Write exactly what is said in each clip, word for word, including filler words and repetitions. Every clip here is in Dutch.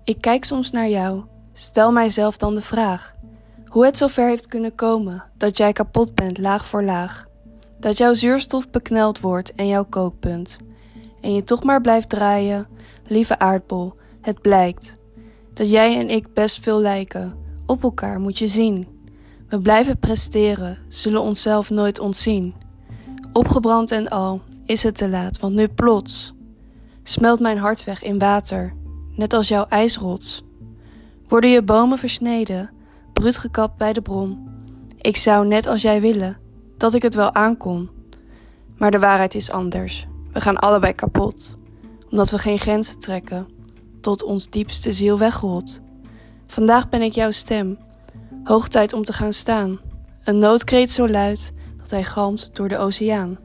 Ik kijk soms naar jou, stel mijzelf dan de vraag. Hoe het zover heeft kunnen komen, dat jij kapot bent laag voor laag. Dat jouw zuurstof bekneld wordt en jouw kookpunt. En je toch maar blijft draaien, lieve aardbol, het blijkt. Dat jij en ik best veel lijken, op elkaar moet je zien. We blijven presteren, zullen onszelf nooit ontzien. Opgebrand en al, is het te laat, want nu plots smelt mijn hart weg in water, net als jouw ijsrots. Worden je bomen versneden, bruut gekapt bij de bron. Ik zou net als jij willen, dat ik het wel aankon. Maar de waarheid is anders, we gaan allebei kapot. Omdat we geen grenzen trekken, tot ons diepste ziel wegrolt. Vandaag ben ik jouw stem, hoog tijd om te gaan staan. Een noodkreet zo luid, dat hij galmt door de oceaan.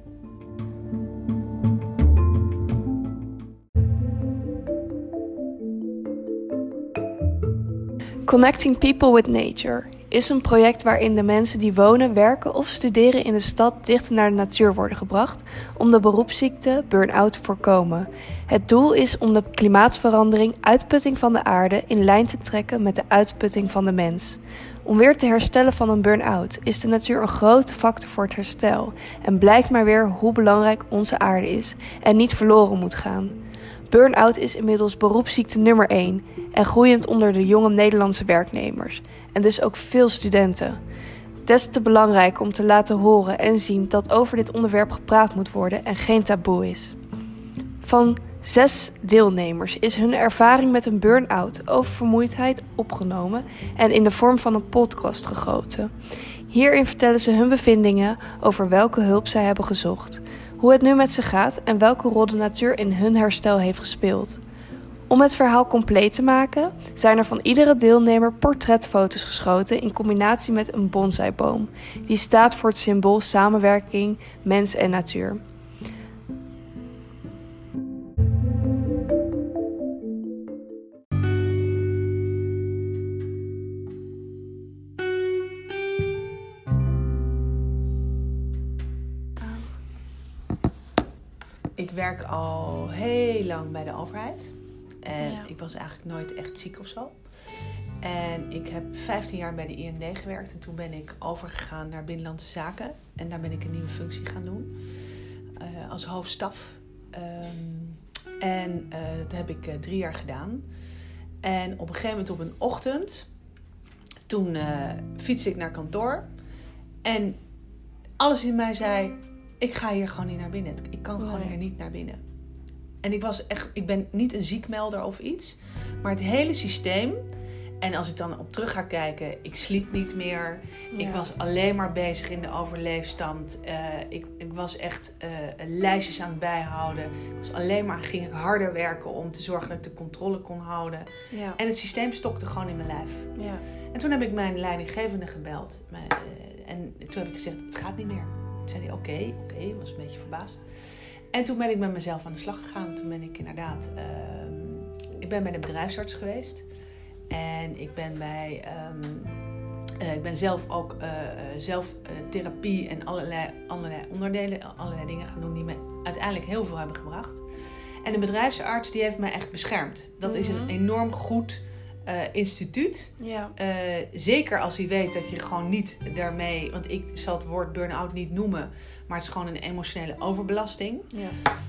Connecting People with Nature is een project waarin de mensen die wonen, werken of studeren in de stad dichter naar de natuur worden gebracht om de beroepsziekte burn-out te voorkomen. Het doel is om de klimaatverandering, uitputting van de aarde in lijn te trekken met de uitputting van de mens. Om weer te herstellen van een burn-out is de natuur een grote factor voor het herstel en blijkt maar weer hoe belangrijk onze aarde is en niet verloren moet gaan. Burn-out is inmiddels beroepsziekte nummer één en groeiend onder de jonge Nederlandse werknemers en dus ook veel studenten. Des te belangrijk om te laten horen en zien dat over dit onderwerp gepraat moet worden en geen taboe is. Van zes deelnemers is hun ervaring met een burn-out oververmoeidheid opgenomen en in de vorm van een podcast gegoten. Hierin vertellen ze hun bevindingen over welke hulp zij hebben gezocht, hoe het nu met ze gaat en welke rol de natuur in hun herstel heeft gespeeld. Om het verhaal compleet te maken, zijn er van iedere deelnemer portretfoto's geschoten in combinatie met een bonsaiboom, die staat voor het symbool samenwerking, mens en natuur. Ik werk al heel lang bij de overheid. En Ja. ik was eigenlijk nooit echt ziek of zo. En ik heb vijftien jaar bij de I N D gewerkt. En toen ben ik overgegaan naar Binnenlandse Zaken. En daar ben ik een nieuwe functie gaan doen. Uh, als hoofdstaf. Um, en uh, dat heb ik uh, drie jaar gedaan. En op een gegeven moment op een ochtend. Toen uh, fietste ik naar kantoor. En alles in mij zei: ik ga hier gewoon niet naar binnen. Ik kan gewoon Nee. hier niet naar binnen. En ik was echt, ik ben niet een ziekmelder of iets. Maar het hele systeem. En als ik dan op terug ga kijken, ik sliep niet meer. Ja. Ik was alleen maar bezig in de overleefstand. Uh, ik, ik was echt uh, lijstjes aan het bijhouden. Ik was alleen maar, ging ik harder werken om te zorgen dat ik de controle kon houden. Ja. En het systeem stokte gewoon in mijn lijf. Ja. En toen heb ik mijn leidinggevende gebeld. Mijn, uh, en toen heb ik gezegd, het gaat niet meer. Toen zei hij, oké, okay, oké, okay, was een beetje verbaasd. En toen ben ik met mezelf aan de slag gegaan. Toen ben ik inderdaad, uh, ik ben bij de bedrijfsarts geweest. En ik ben bij, um, uh, ik ben zelf ook uh, zelf uh, therapie en allerlei, allerlei onderdelen, allerlei dingen gaan doen die me uiteindelijk heel veel hebben gebracht. En de bedrijfsarts die heeft mij echt beschermd. Dat mm-hmm. is een enorm goed uh, instituut. Ja. Uh, zeker als hij weet dat je gewoon niet daarmee, want ik zal het woord burn-out niet noemen, maar het is gewoon een emotionele overbelasting. Ja.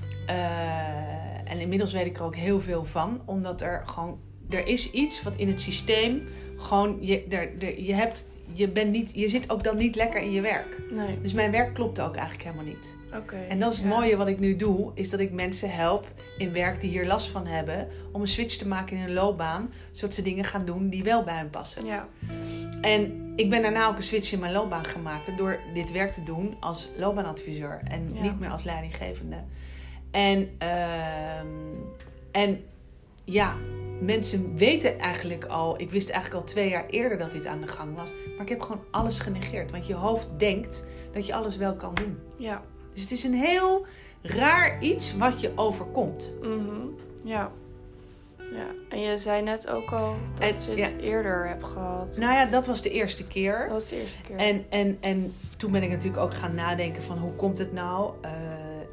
Uh, en inmiddels weet ik er ook heel veel van, omdat er gewoon er is iets wat in het systeem gewoon je, er, er, je hebt, je bent niet, je zit ook dan niet lekker in je werk. Nee. Dus mijn werk klopt ook eigenlijk helemaal niet. Okay. En dat is het ja. mooie wat ik nu doe, is dat ik mensen help in werk die hier last van hebben, om een switch te maken in hun loopbaan, zodat ze dingen gaan doen die wel bij hen passen. Ja. En ik ben daarna ook een switch in mijn loopbaan gaan maken door dit werk te doen als loopbaanadviseur en ja. niet meer als leidinggevende. En, uh, en ja, mensen weten eigenlijk al, ik wist eigenlijk al twee jaar eerder dat dit aan de gang was, maar ik heb gewoon alles genegeerd. Want je hoofd denkt dat je alles wel kan doen. Ja. Dus het is een heel raar iets wat je overkomt. Mm-hmm. Ja. Ja. En je zei net ook al dat en, je het ja. eerder hebt gehad. Nou ja, dat was de eerste keer. Dat was de eerste keer. En, en, en toen ben ik natuurlijk ook gaan nadenken van hoe komt het nou? Uh,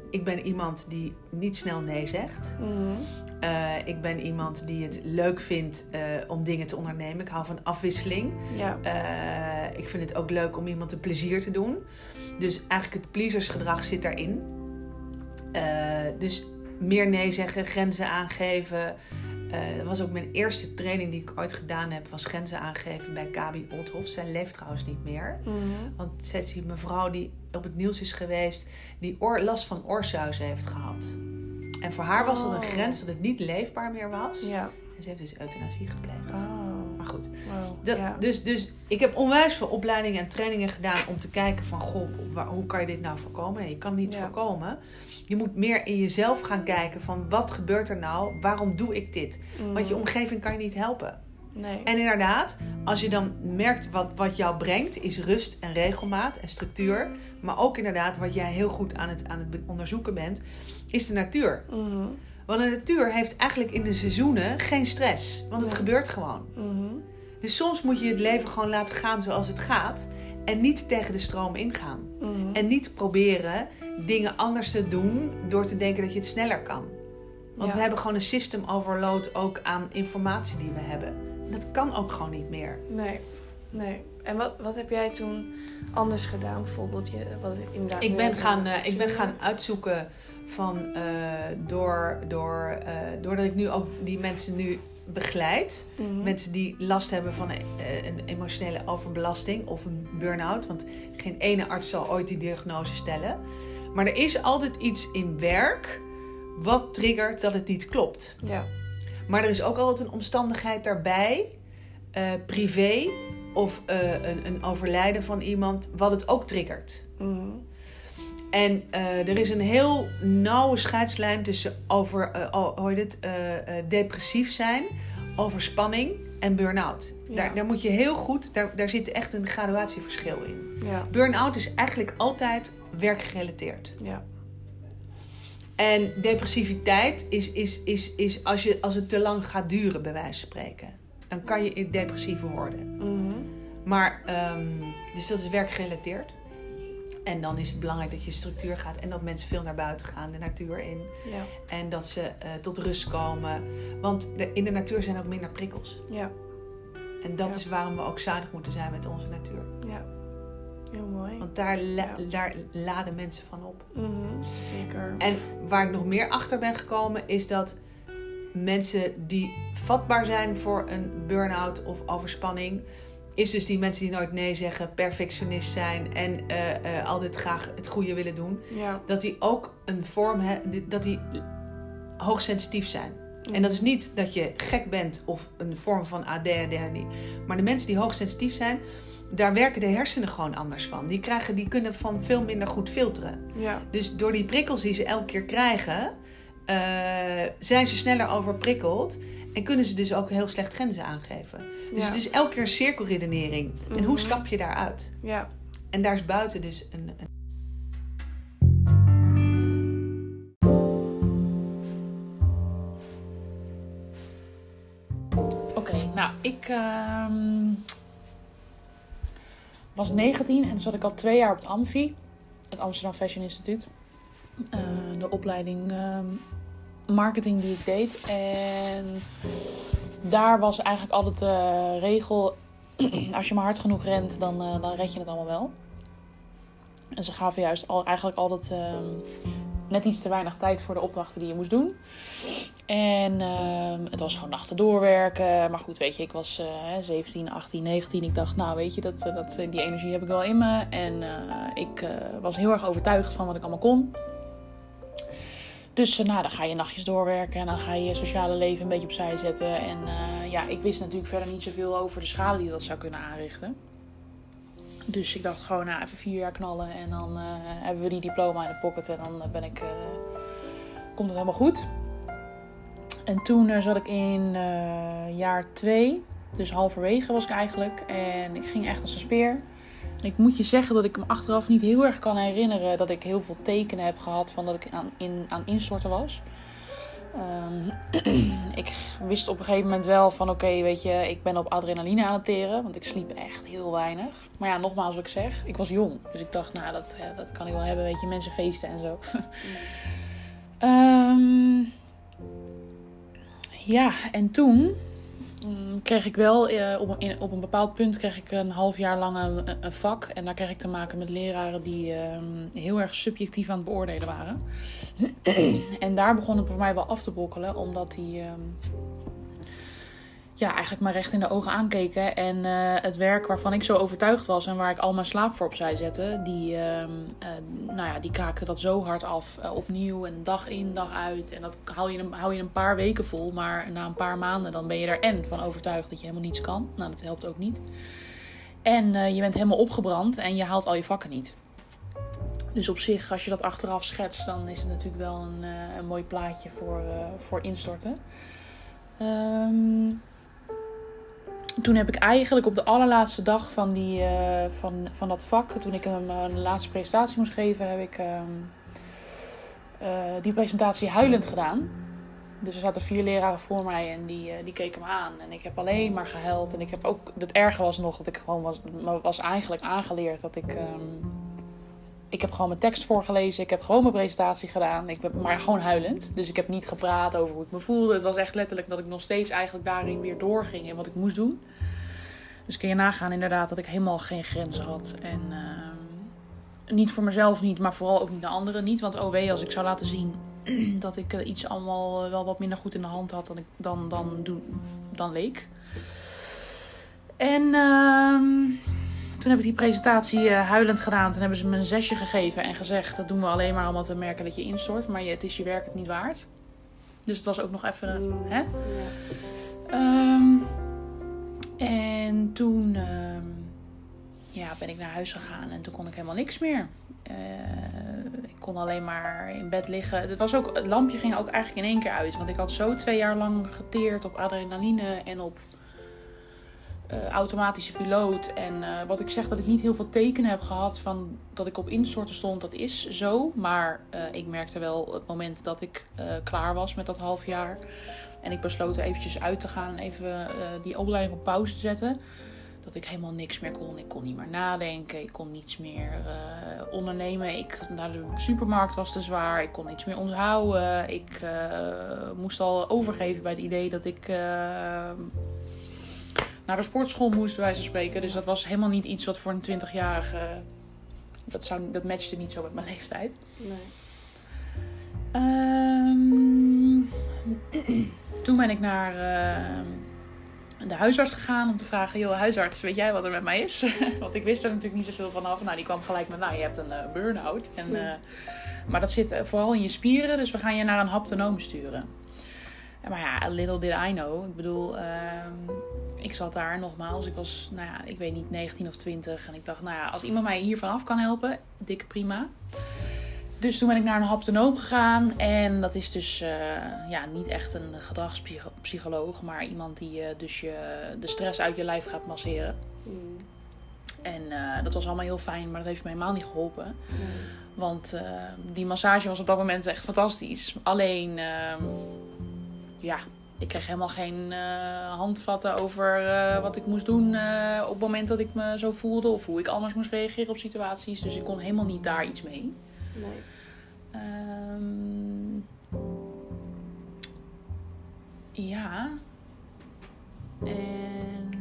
ik ben iemand die niet snel nee zegt. Mm-hmm. Uh, ik ben iemand die het leuk vindt uh, om dingen te ondernemen. Ik hou van afwisseling. Ja. Uh, ik vind het ook leuk om iemand een plezier te doen. Dus eigenlijk het pleasersgedrag zit daarin. Uh, dus meer nee zeggen, grenzen aangeven. Uh, dat was ook mijn eerste training die ik ooit gedaan heb. Was grenzen aangeven bij Gabi Oldhoff. Zij leeft trouwens niet meer. Mm-hmm. Want zij is die mevrouw die op het nieuws is geweest. Die oor, last van oorsuizen heeft gehad. En voor haar was dat een grens dat het niet leefbaar meer was. Ja. En ze heeft dus euthanasie gepleegd. Oh. Maar goed. Wow. Dat, Ja. dus, dus ik heb onwijs veel opleidingen en trainingen gedaan om te kijken van... Goh, waar, hoe kan je dit nou voorkomen? Nee, je kan het niet Ja. voorkomen. Je moet meer in jezelf gaan kijken van wat gebeurt er nou? Waarom doe ik dit? Mm. Want je omgeving kan je niet helpen. Nee. En inderdaad, als je dan merkt wat, wat jou brengt, is rust en regelmaat en structuur. Maar ook inderdaad, wat jij heel goed aan het, aan het onderzoeken bent, is de natuur. Mm-hmm. Want de natuur heeft eigenlijk in de seizoenen geen stress. Want het Nee. gebeurt gewoon. Mm-hmm. Dus soms moet je het leven gewoon laten gaan zoals het gaat. En niet tegen de stroom ingaan. Mm-hmm. En niet proberen dingen anders te doen door te denken dat je het sneller kan. Want Ja. we hebben gewoon een system overload ook aan informatie die we hebben. Dat kan ook gewoon niet meer. Nee, nee. En wat, wat heb jij toen anders gedaan? Bijvoorbeeld, je, wat inderdaad... Ik ben meer gaan, met uh, ik ben natuur. gaan uitzoeken van... Uh, door, door, uh, doordat ik nu ook die mensen nu begeleid. Mm-hmm. Mensen die last hebben van een, een emotionele overbelasting of een burn-out. Want geen ene arts zal ooit die diagnose stellen. Maar er is altijd iets in werk wat triggert dat het niet klopt. Ja. Maar er is ook altijd een omstandigheid daarbij, uh, privé of uh, een, een overlijden van iemand, wat het ook triggert. Mm-hmm. En uh, er is een heel nauwe scheidslijn tussen over, uh, oh, hoe heet het, uh, uh, depressief zijn, overspanning en burn-out. Ja. Daar, daar moet je heel goed, daar, daar zit echt een graduatieverschil in. Ja. Burn-out is eigenlijk altijd werkgerelateerd. Ja. En depressiviteit is, is, is, is als, je, als het te lang gaat duren, bij wijze van spreken. Dan kan je depressief worden. Mm-hmm. Maar, um, dus dat is werkgerelateerd. En dan is het belangrijk dat je structuur gaat. En dat mensen veel naar buiten gaan, de natuur in. Ja. En dat ze uh, tot rust komen. Want de, in de natuur zijn ook minder prikkels. Ja. En dat Ja. is waarom we ook zuinig moeten zijn met onze natuur. Ja. Heel mooi. Want daar, la, Ja. daar laden mensen van op. Mm-hmm. Zeker. En waar ik nog meer achter ben gekomen is dat mensen die vatbaar zijn voor een burn-out of overspanning, is dus die mensen die nooit nee zeggen, perfectionist zijn en uh, uh, altijd graag het goede willen doen, Ja. dat die ook een vorm hebben, dat die hoogsensitief zijn. Mm-hmm. En dat is niet dat je gek bent of een vorm van A D H D, maar de mensen die hoogsensitief zijn, daar werken de hersenen gewoon anders van. Die, krijgen, die kunnen van veel minder goed filteren. Ja. Dus door die prikkels die ze elke keer krijgen, uh, zijn ze sneller overprikkeld. En kunnen ze dus ook heel slecht grenzen aangeven. Dus Ja. het is elke keer een cirkelredenering. Mm-hmm. En hoe stap je daaruit? Ja. En daar is buiten dus een... een... Oké, okay, nou, ik uh, was negentien en toen zat ik al twee jaar op het Amfi, het Amsterdam Fashion Instituut. Uh, de opleiding uh, marketing die ik deed. En daar was eigenlijk altijd de regel, als je maar hard genoeg rent, dan, uh, dan red je het allemaal wel. En ze gaven juist al, eigenlijk altijd uh, net iets te weinig tijd voor de opdrachten die je moest doen. En uh, het was gewoon nachten doorwerken. Maar goed, weet je, ik was uh, zeventien, achttien, negentien. Ik dacht, nou weet je, dat, dat, die energie heb ik wel in me. En uh, ik uh, was heel erg overtuigd van wat ik allemaal kon. Dus uh, nou, dan ga je nachtjes doorwerken. En dan ga je je sociale leven een beetje opzij zetten. En uh, ja, ik wist natuurlijk verder niet zoveel over de schade die dat zou kunnen aanrichten. Dus ik dacht gewoon, nou, even vier jaar knallen. En dan uh, hebben we die diploma in de pocket. En dan ben ik, uh, komt het helemaal goed. En toen uh, zat ik in uh, jaar twee. Dus halverwege was ik eigenlijk. En ik ging echt als een speer. En ik moet je zeggen dat ik me achteraf niet heel erg kan herinneren dat ik heel veel tekenen heb gehad van dat ik aan, in, aan instorten was. Um, ik wist op een gegeven moment wel van oké, okay, weet je, ik ben op adrenaline aan het teren. Want ik sliep echt heel weinig. Maar ja, nogmaals wat ik zeg, ik was jong. Dus ik dacht, nou, dat, ja, dat kan ik wel hebben, weet je, mensen feesten en zo. um, ja, en toen um, kreeg ik wel, uh, op, in, op een bepaald punt kreeg ik een half jaar lang een, een vak. En daar kreeg ik te maken met leraren die um, heel erg subjectief aan het beoordelen waren. En daar begon het voor mij wel af te brokkelen, omdat die um, ja, eigenlijk maar recht in de ogen aankeken. En uh, het werk waarvan ik zo overtuigd was en waar ik al mijn slaap voor opzij zette, die, um, uh, nou ja, die kraakte dat zo hard af. Uh, opnieuw en dag in, dag uit. En dat hou je, hou je een paar weken vol, maar na een paar maanden dan ben je er en van overtuigd dat je helemaal niets kan. Nou, dat helpt ook niet. En uh, je bent helemaal opgebrand en je haalt al je vakken niet. Dus op zich, als je dat achteraf schetst, dan is het natuurlijk wel een, uh, een mooi plaatje voor, uh, voor instorten. Um, toen heb ik eigenlijk op de allerlaatste dag van, die, uh, van, van dat vak, toen ik een, een laatste presentatie moest geven, heb ik um, uh, die presentatie huilend gedaan. Dus er zaten vier leraren voor mij en die, uh, die keken me aan. En ik heb alleen maar gehuild. En ik heb ook, het erge was nog dat ik gewoon was, was eigenlijk aangeleerd dat ik... Um, Ik heb gewoon mijn tekst voorgelezen. Ik heb gewoon mijn presentatie gedaan. Ik ben maar gewoon huilend. Dus ik heb niet gepraat over hoe ik me voelde. Het was echt letterlijk dat ik nog steeds eigenlijk daarin weer doorging in wat ik moest doen. Dus kun je nagaan inderdaad dat ik helemaal geen grenzen had. En uh, niet voor mezelf niet, maar vooral ook niet de anderen niet. Want oh wee, als ik zou laten zien dat ik uh, iets allemaal uh, wel wat minder goed in de hand had dan, ik, dan, dan, dan, dan leek. En... Uh, Toen heb ik die presentatie uh, huilend gedaan. Toen hebben ze me een zesje gegeven en gezegd... dat doen we alleen maar om te merken dat je instort. Maar je, het is je werk het niet waard. Dus het was ook nog even... Uh, hè? Um, en toen uh, ja, ben ik naar huis gegaan. En toen kon ik helemaal niks meer. Uh, ik kon alleen maar in bed liggen. Het, was ook, het lampje ging ook eigenlijk in één keer uit. Want ik had zo twee jaar lang geteerd op adrenaline en op... Uh, automatische piloot. En uh, wat ik zeg, dat ik niet heel veel tekenen heb gehad van dat ik op instorten stond, dat is zo. Maar uh, ik merkte wel het moment dat ik uh, klaar was met dat half jaar. En ik besloot er eventjes uit te gaan en even uh, die opleiding op pauze te zetten. Dat ik helemaal niks meer kon. Ik kon niet meer nadenken. Ik kon niets meer uh, ondernemen. Ik, naar de supermarkt was te zwaar. Ik kon niets meer onthouden. Ik uh, moest al overgeven bij het idee dat ik... Uh, naar de sportschool moest, bij wijze van spreken. Dus dat was helemaal niet iets wat voor een twintigjarige... Dat, zou, dat matchte niet zo met mijn leeftijd. Nee. Um, toen ben ik naar uh, de huisarts gegaan om te vragen... Joh, huisarts, weet jij wat er met mij is? Want ik wist er natuurlijk niet zoveel vanaf. Nou, die kwam gelijk met, nou, je hebt een uh, burn-out. En, uh, maar dat zit uh, vooral in je spieren. Dus we gaan je naar een haptonoom sturen. Maar ja, little did I know. Ik bedoel, uh, ik zat daar nogmaals. Ik was, nou ja, ik weet niet, negentien of twintig. En ik dacht, nou ja, als iemand mij hiervan af kan helpen, dikke prima. Dus toen ben ik naar een haptonoom gegaan. En dat is dus uh, ja, niet echt een gedragspsycholoog. Maar iemand die uh, dus je, de stress uit je lijf gaat masseren. Mm. En uh, dat was allemaal heel fijn, maar dat heeft me helemaal niet geholpen. Mm. Want uh, die massage was op dat moment echt fantastisch. Alleen... Uh, Ja, ik kreeg helemaal geen uh, handvatten over uh, wat ik moest doen uh, op het moment dat ik me zo voelde. Of hoe ik anders moest reageren op situaties. Dus ik kon helemaal niet daar iets mee. Nee. Um, ja. En...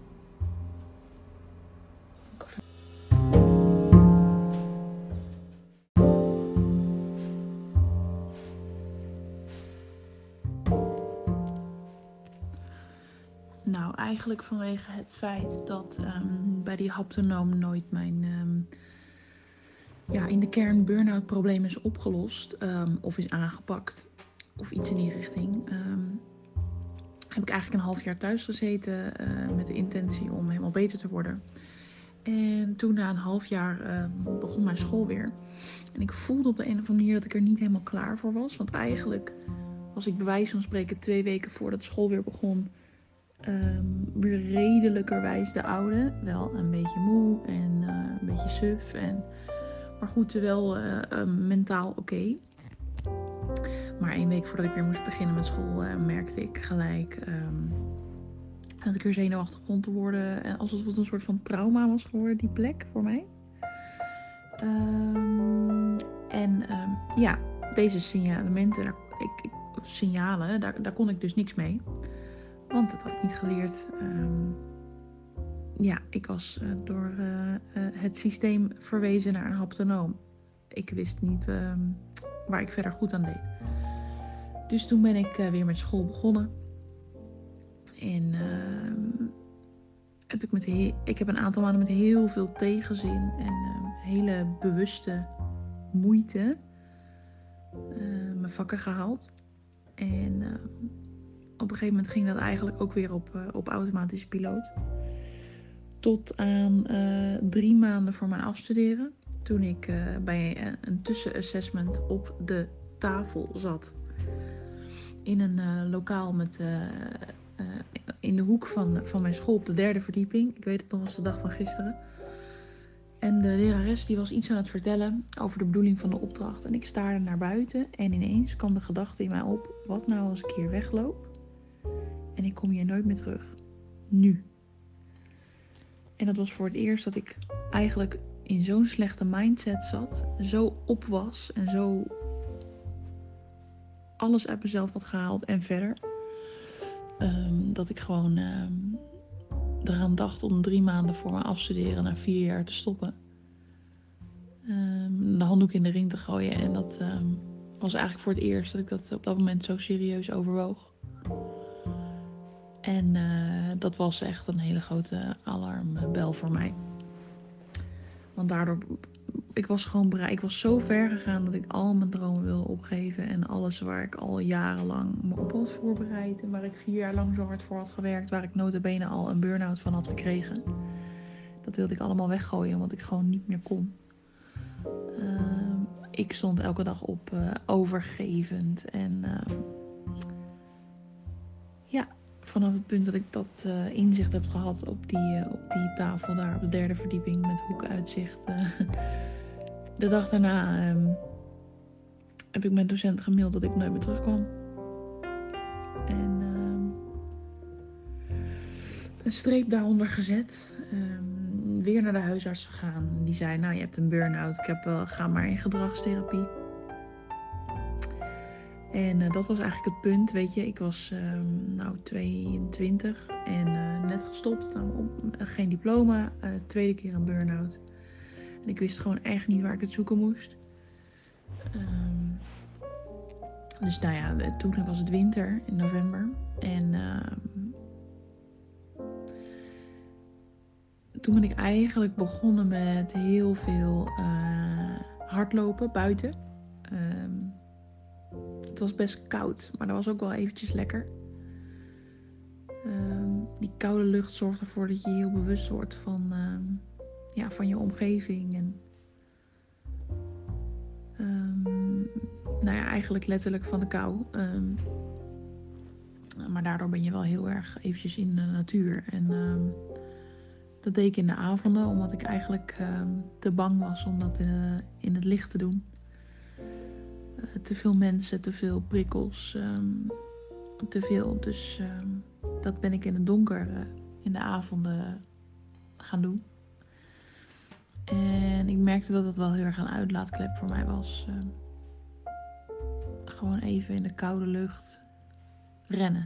Nou, eigenlijk vanwege het feit dat um, bij die haptonoom nooit mijn um, ja, in de kern burn-out probleem is opgelost um, of is aangepakt of iets in die richting. Um, heb ik eigenlijk een half jaar thuis gezeten uh, met de intentie om helemaal beter te worden. En toen na een half jaar um, begon mijn school weer. En ik voelde op de een of andere manier dat ik er niet helemaal klaar voor was. Want eigenlijk was ik bij wijze van spreken twee weken voordat school weer begon... Um, weer redelijkerwijs de oude. Wel een beetje moe en uh, een beetje suf. En, maar goed, wel uh, uh, mentaal oké. Okay. Maar maar één week voordat ik weer moest beginnen met school, uh, merkte ik gelijk um, dat ik weer zenuwachtig begon te worden. En alsof het een soort van trauma was geworden, die plek voor mij. Um, en um, ja, deze signalementen, daar, ik, ik, signalen, daar, daar kon ik dus niks mee. Want dat had ik niet geleerd. Um, ja, ik was uh, door uh, uh, het systeem verwezen naar een haptonoom. Ik wist niet um, waar ik verder goed aan deed. Dus toen ben ik uh, weer met school begonnen. En uh, heb ik, met he- ik heb een aantal maanden met heel veel tegenzin en uh, hele bewuste moeite uh, mijn vakken gehaald. En uh, op een gegeven moment ging dat eigenlijk ook weer op, uh, op automatische piloot. Tot aan uh, drie maanden voor mijn afstuderen. Toen ik uh, bij een, een tussenassessment op de tafel zat. In een uh, lokaal met, uh, uh, in de hoek van, van mijn school op de derde verdieping. Ik weet het nog als de dag van gisteren. En de lerares die was iets aan het vertellen over de bedoeling van de opdracht. En ik staarde naar buiten en ineens kwam de gedachte in mij op. Wat nou als ik hier wegloop en ik kom hier nooit meer terug. Nu. En dat was voor het eerst dat ik eigenlijk in zo'n slechte mindset zat. Zo op was en zo alles uit mezelf had gehaald en verder. Um, dat ik gewoon um, eraan dacht om drie maanden voor mijn afstuderen na vier jaar te stoppen. Um, de handdoek in de ring te gooien. En dat um, was eigenlijk voor het eerst dat ik dat op dat moment zo serieus overwoog. En uh, dat was echt een hele grote alarmbel voor mij. Want daardoor, ik was gewoon bereid. Ik was zo ver gegaan dat ik al mijn dromen wilde opgeven. En alles waar ik al jarenlang me op had voorbereid. En waar ik vier jaar lang zo hard voor had gewerkt. Waar ik nota bene al een burn-out van had gekregen. Dat wilde ik allemaal weggooien, want ik gewoon niet meer kon. Uh, ik stond elke dag op uh, overgevend. En uh, ja, vanaf het punt dat ik dat uh, inzicht heb gehad op die, uh, op die tafel daar op de derde verdieping met hoekuitzicht. Uh, de dag daarna um, heb ik mijn docent gemaild dat ik nooit meer terugkwam. En um, een streep daaronder gezet. Um, weer naar de huisarts gegaan. Die zei, nou je hebt een burn-out. Ik heb wel, ga maar in gedragstherapie. En uh, dat was eigenlijk het punt, weet je. Ik was um, nou tweeëntwintig en uh, net gestopt. Nou, op, uh, geen diploma. Uh, tweede keer een burn-out. En ik wist gewoon echt niet waar ik het zoeken moest. Um, dus nou ja, toen was het winter in november. En uh, toen ben ik eigenlijk begonnen met heel veel uh, hardlopen buiten. Um, Het was best koud, maar dat was ook wel eventjes lekker. Um, die koude lucht zorgt ervoor dat je heel bewust wordt van, um, ja, van je omgeving. En, um, nou ja, eigenlijk letterlijk van de kou. Um, maar daardoor ben je wel heel erg eventjes in de natuur. En um, dat deed ik in de avonden, omdat ik eigenlijk um, te bang was om dat in, in het licht te doen. Te veel mensen, te veel prikkels, um, te veel. Dus um, dat ben ik in het donker uh, in de avonden gaan doen. En ik merkte dat het wel heel erg een uitlaatklep voor mij was. Uh, gewoon even in de koude lucht rennen.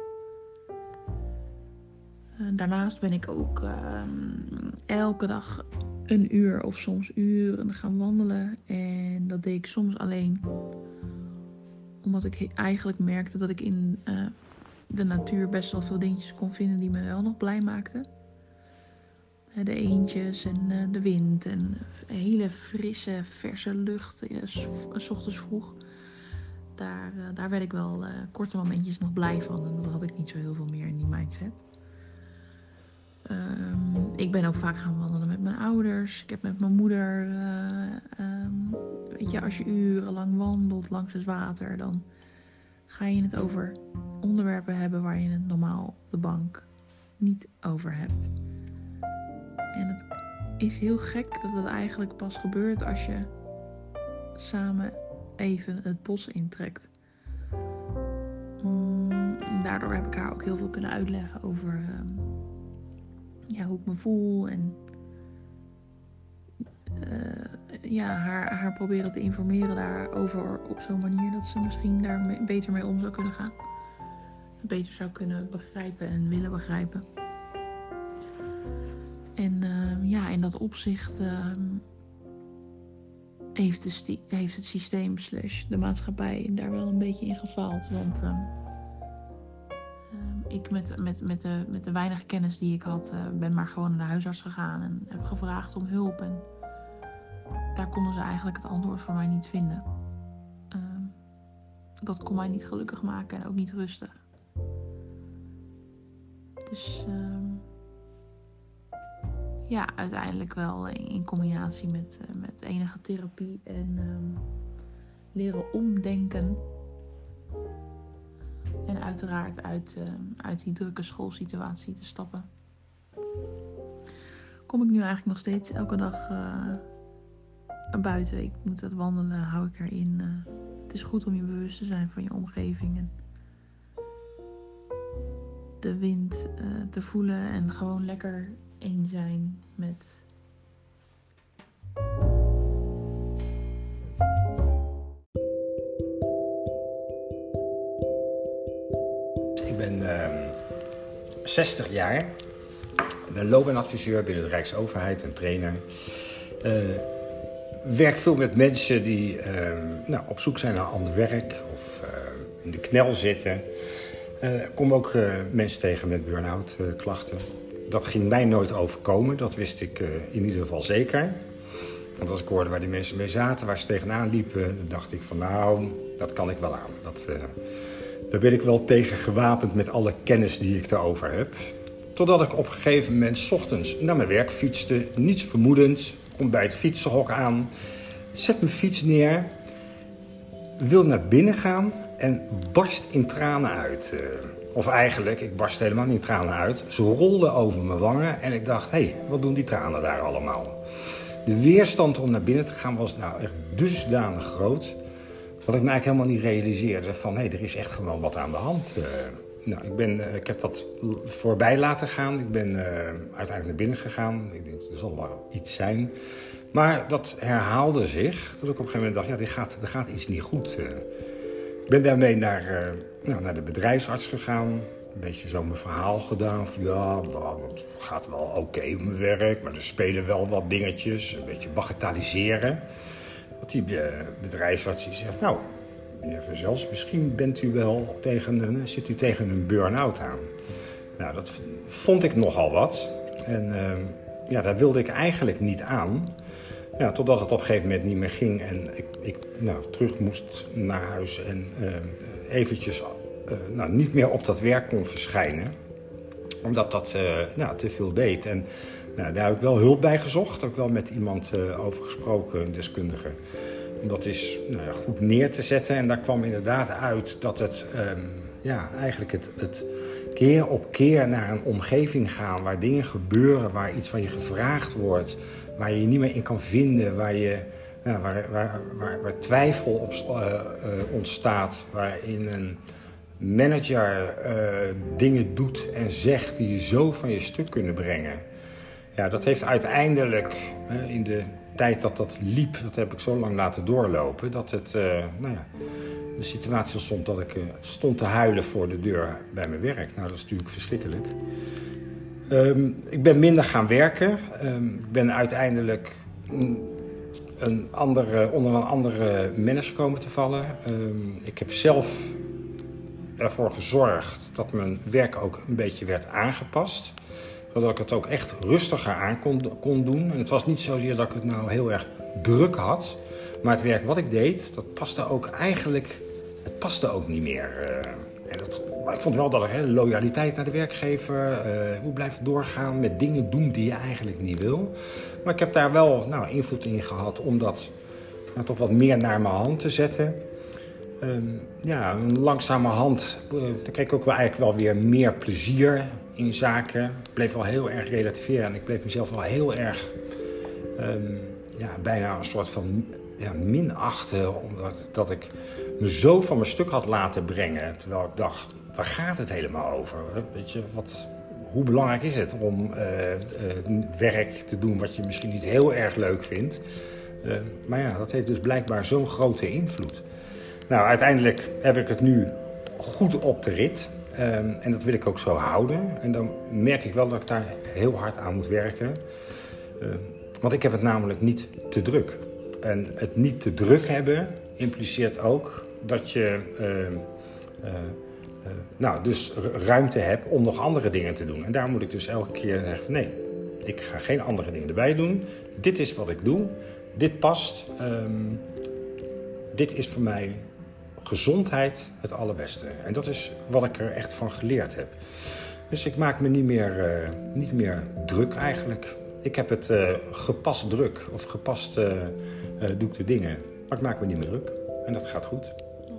Uh, daarnaast ben ik ook uh, elke dag een uur of soms uren gaan wandelen. En dat deed ik soms alleen. Omdat ik eigenlijk merkte dat ik in uh, de natuur best wel veel dingetjes kon vinden die me wel nog blij maakten. De eendjes en uh, de wind en hele frisse, verse lucht. Uh, s, s ochtends vroeg. Daar, uh, daar werd ik wel uh, korte momentjes nog blij van. En dat had ik niet zo heel veel meer in die mindset. Um, ik ben ook vaak gaan wandelen met mijn ouders. Ik heb met mijn moeder... Uh, um, weet je, als je urenlang wandelt langs het water... dan ga je het over onderwerpen hebben... waar je het normaal op de bank niet over hebt. En het is heel gek dat het eigenlijk pas gebeurt... als je samen even het bos intrekt. En daardoor heb ik haar ook heel veel kunnen uitleggen over um, ja, hoe ik me voel. En uh, ja, haar, haar proberen te informeren daarover op zo'n manier dat ze misschien daar mee, beter mee om zou kunnen gaan. Beter zou kunnen begrijpen en willen begrijpen. En uh, ja, in dat opzicht uh, heeft, de sti- heeft het systeem slash de maatschappij daar wel een beetje in gefaald. Want uh, uh, ik met, met, met, de, met de weinig kennis die ik had, uh, ben maar gewoon naar de huisarts gegaan en heb gevraagd om hulp. En daar konden ze eigenlijk het antwoord voor mij niet vinden. Uh, dat kon mij niet gelukkig maken en ook niet rustig. Dus uh, ja, uiteindelijk wel in combinatie met, uh, met enige therapie en um, leren omdenken. En uiteraard uit, uh, uit die drukke schoolsituatie te stappen. Kom ik nu eigenlijk nog steeds elke dag uh, buiten. Ik moet dat wandelen, hou ik erin. Uh, het is goed om je bewust te zijn van je omgeving. En de wind uh, te voelen en gewoon lekker één zijn met... Ik ben uh, zestig jaar. Ik ben loopbaanadviseur binnen de Rijksoverheid en trainer. Uh, werk veel met mensen die uh, nou, op zoek zijn naar ander werk of uh, in de knel zitten. Uh, ik kom ook uh, mensen tegen met burn-out uh, klachten. Dat ging mij nooit overkomen, dat wist ik uh, in ieder geval zeker. Want als ik hoorde waar die mensen mee zaten, waar ze tegenaan liepen, dan dacht ik van nou, dat kan ik wel aan. Dat, uh, daar ben ik wel tegen gewapend met alle kennis die ik daarover heb. Totdat ik op een gegeven moment 's ochtends naar mijn werk fietste, niets vermoedend, kom bij het fietsenhok aan, zet mijn fiets neer, wil naar binnen gaan en barst in tranen uit. Uh, of eigenlijk, ik barst helemaal niet in tranen uit. Ze rolden over mijn wangen en ik dacht, hé, hey, wat doen die tranen daar allemaal? De weerstand om naar binnen te gaan was nou echt dusdanig groot, dat ik me eigenlijk helemaal niet realiseerde van, hé, hey, er is echt gewoon wat aan de hand. Uh, nou, ik, ben, uh, ik heb dat voorbij laten gaan. Ik ben uh, uiteindelijk naar binnen gegaan. Ik denk, er zal wel iets zijn. Maar dat herhaalde zich, dat ik op een gegeven moment dacht, ja, dit gaat, er gaat iets niet goed. Uh, ik ben daarmee naar, uh, nou, naar de bedrijfsarts gegaan. Een beetje zo mijn verhaal gedaan. Van, ja, het gaat wel oké okay op mijn werk, maar er spelen wel wat dingetjes. Een beetje bagatelliseren. Want die uh, bedrijfsarts die zegt, nou, meneer Verzels, misschien bent u wel tegen een, zit u tegen een burn-out aan. Nou, dat vond ik nogal wat. En uh, ja, daar wilde ik eigenlijk niet aan. Ja, totdat het op een gegeven moment niet meer ging en ik, ik nou, terug moest naar huis en uh, eventjes uh, nou, niet meer op dat werk kon verschijnen. Omdat dat uh, nou, te veel deed. En nou, daar heb ik wel hulp bij gezocht. Daar heb ik wel met iemand uh, over gesproken, een deskundige. Om dat eens nou ja, goed neer te zetten. En daar kwam inderdaad uit dat het um, ja, eigenlijk het, het keer op keer naar een omgeving gaan waar dingen gebeuren, waar iets van je gevraagd wordt, waar je je niet meer in kan vinden, waar, je, ja, waar, waar, waar, waar twijfel op uh, uh, ontstaat, waarin een manager uh, dingen doet en zegt die je zo van je stuk kunnen brengen. Ja, dat heeft uiteindelijk uh, in de tijd dat dat liep, dat heb ik zo lang laten doorlopen, dat het, uh, nou ja, de situatie ontstond dat ik uh, stond te huilen voor de deur bij mijn werk. Nou, dat is natuurlijk verschrikkelijk. Um, ik ben minder gaan werken. Um, ik ben uiteindelijk een, een andere, onder een andere manager komen te vallen. Um, ik heb zelf ervoor gezorgd dat mijn werk ook een beetje werd aangepast. Zodat ik het ook echt rustiger aan kon, kon doen. En het was niet zozeer dat ik het nou heel erg druk had. Maar het werk wat ik deed, dat paste ook eigenlijk, het paste ook niet meer. Uh, en dat, maar ik vond wel dat ik hè, loyaliteit naar de werkgever, uh, hoe blijven doorgaan met dingen doen die je eigenlijk niet wil. Maar ik heb daar wel nou, invloed in gehad om dat nou, toch wat meer naar mijn hand te zetten. Um, ja, langzamerhand uh, dan kreeg ik ook wel eigenlijk wel weer meer plezier in zaken. Ik bleef wel heel erg relativeren en ik bleef mezelf wel heel erg um, ja, bijna een soort van ja, minachten, omdat dat ik me zo van mijn stuk had laten brengen. Terwijl ik dacht, waar gaat het helemaal over? Weet je, wat, hoe belangrijk is het om uh, uh, werk te doen wat je misschien niet heel erg leuk vindt? Uh, maar ja, dat heeft dus blijkbaar zo'n grote invloed. Nou, uiteindelijk heb ik het nu goed op de rit. Um, en dat wil ik ook zo houden. En dan merk ik wel dat ik daar heel hard aan moet werken. Uh, want ik heb het namelijk niet te druk. En het niet te druk hebben impliceert ook dat je uh, uh, uh, nou, dus ruimte hebt om nog andere dingen te doen. En daar moet ik dus elke keer zeggen, nee, ik ga geen andere dingen erbij doen. Dit is wat ik doe. Dit past. Um, dit is voor mij gezondheid het allerbeste. En dat is wat ik er echt van geleerd heb. Dus ik maak me niet meer, uh, niet meer druk eigenlijk. Ik heb het uh, gepast druk of gepast uh, uh, doe ik de dingen. Maar ik maak me niet meer druk. En dat gaat goed.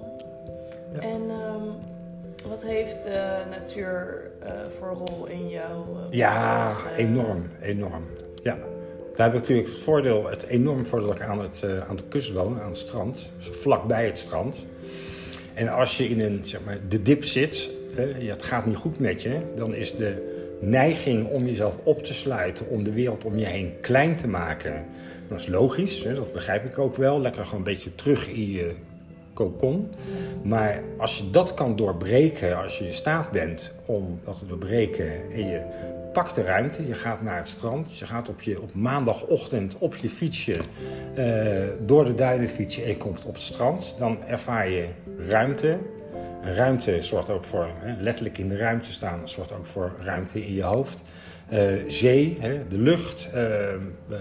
Ja. En um, wat heeft de uh, natuur uh, voor rol in jouw uh, Ja, proces, uh, enorm. Enorm. Ja. Daar heb ik natuurlijk het voordeel, het enorme voordeel dat ik aan, het, uh, aan de kust woon, aan het strand. Dus vlakbij het strand. En als je in een, zeg maar, de dip zit, hè, het gaat niet goed met je, dan is de neiging om jezelf op te sluiten, om de wereld om je heen klein te maken. Dat is logisch, hè, dat begrijp ik ook wel. Lekker gewoon een beetje terug in je cocon. Maar als je dat kan doorbreken, als je in staat bent om dat te doorbreken en je pakt de ruimte, je gaat naar het strand, je gaat op, je, op maandagochtend op je fietsje uh, door de duinen fietsen en je komt op het strand, dan ervaar je ruimte. En ruimte zorgt ook voor, hè, letterlijk in de ruimte staan, zorgt ook voor ruimte in je hoofd. Uh, zee, hè, de lucht, uh, uh,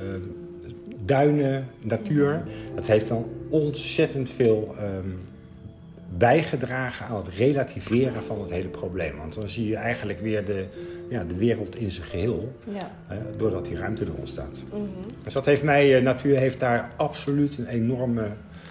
duinen, natuur. Dat heeft dan ontzettend veel um, bijgedragen aan het relativeren van het hele probleem. Want dan zie je eigenlijk weer de, ja, de wereld in zijn geheel, ja. uh, doordat die ruimte er ontstaat. Mm-hmm. Dus dat heeft mij, uh, natuur heeft daar absoluut een enorme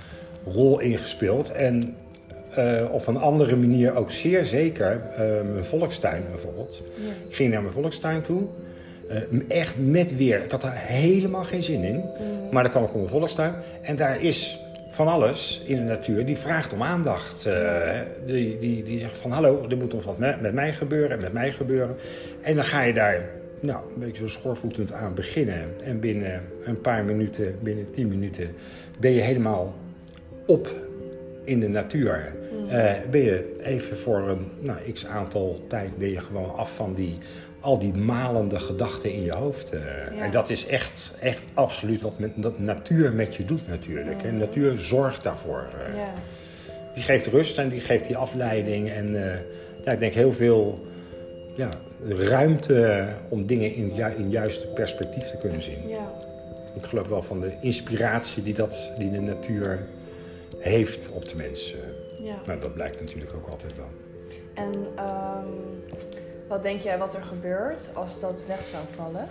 rol in gespeeld. En Uh, op een andere manier ook zeer zeker uh, mijn volkstuin bijvoorbeeld. Ja. Ik ging naar mijn volkstuin toe. Uh, echt met weer. Ik had daar helemaal geen zin in. Mm. Maar dan kwam ik op mijn volkstuin. En daar is van alles in de natuur die vraagt om aandacht. Uh, die, die, die zegt van hallo, er moet nog wat met, met mij gebeuren en met mij gebeuren. En dan ga je daar nou, een beetje zo schoorvoetend aan beginnen. En binnen een paar minuten, binnen tien minuten ben je helemaal op in de natuur. Uh, ben je even voor een nou, x aantal tijd ben je gewoon af van die, al die malende gedachten in je hoofd. Uh, ja. En dat is echt, echt absoluut wat met, dat natuur met je doet natuurlijk. En natuur zorgt daarvoor. Uh, ja. Die geeft rust en die geeft die afleiding. En uh, ja, ik denk heel veel ja, ruimte om dingen in, ju- in juiste perspectief te kunnen zien. Ja. Ik geloof wel van de inspiratie die, dat, die de natuur heeft op de mens. Ja. Nou, dat blijkt natuurlijk ook altijd wel. En um, wat denk jij wat er gebeurt als dat weg zou vallen?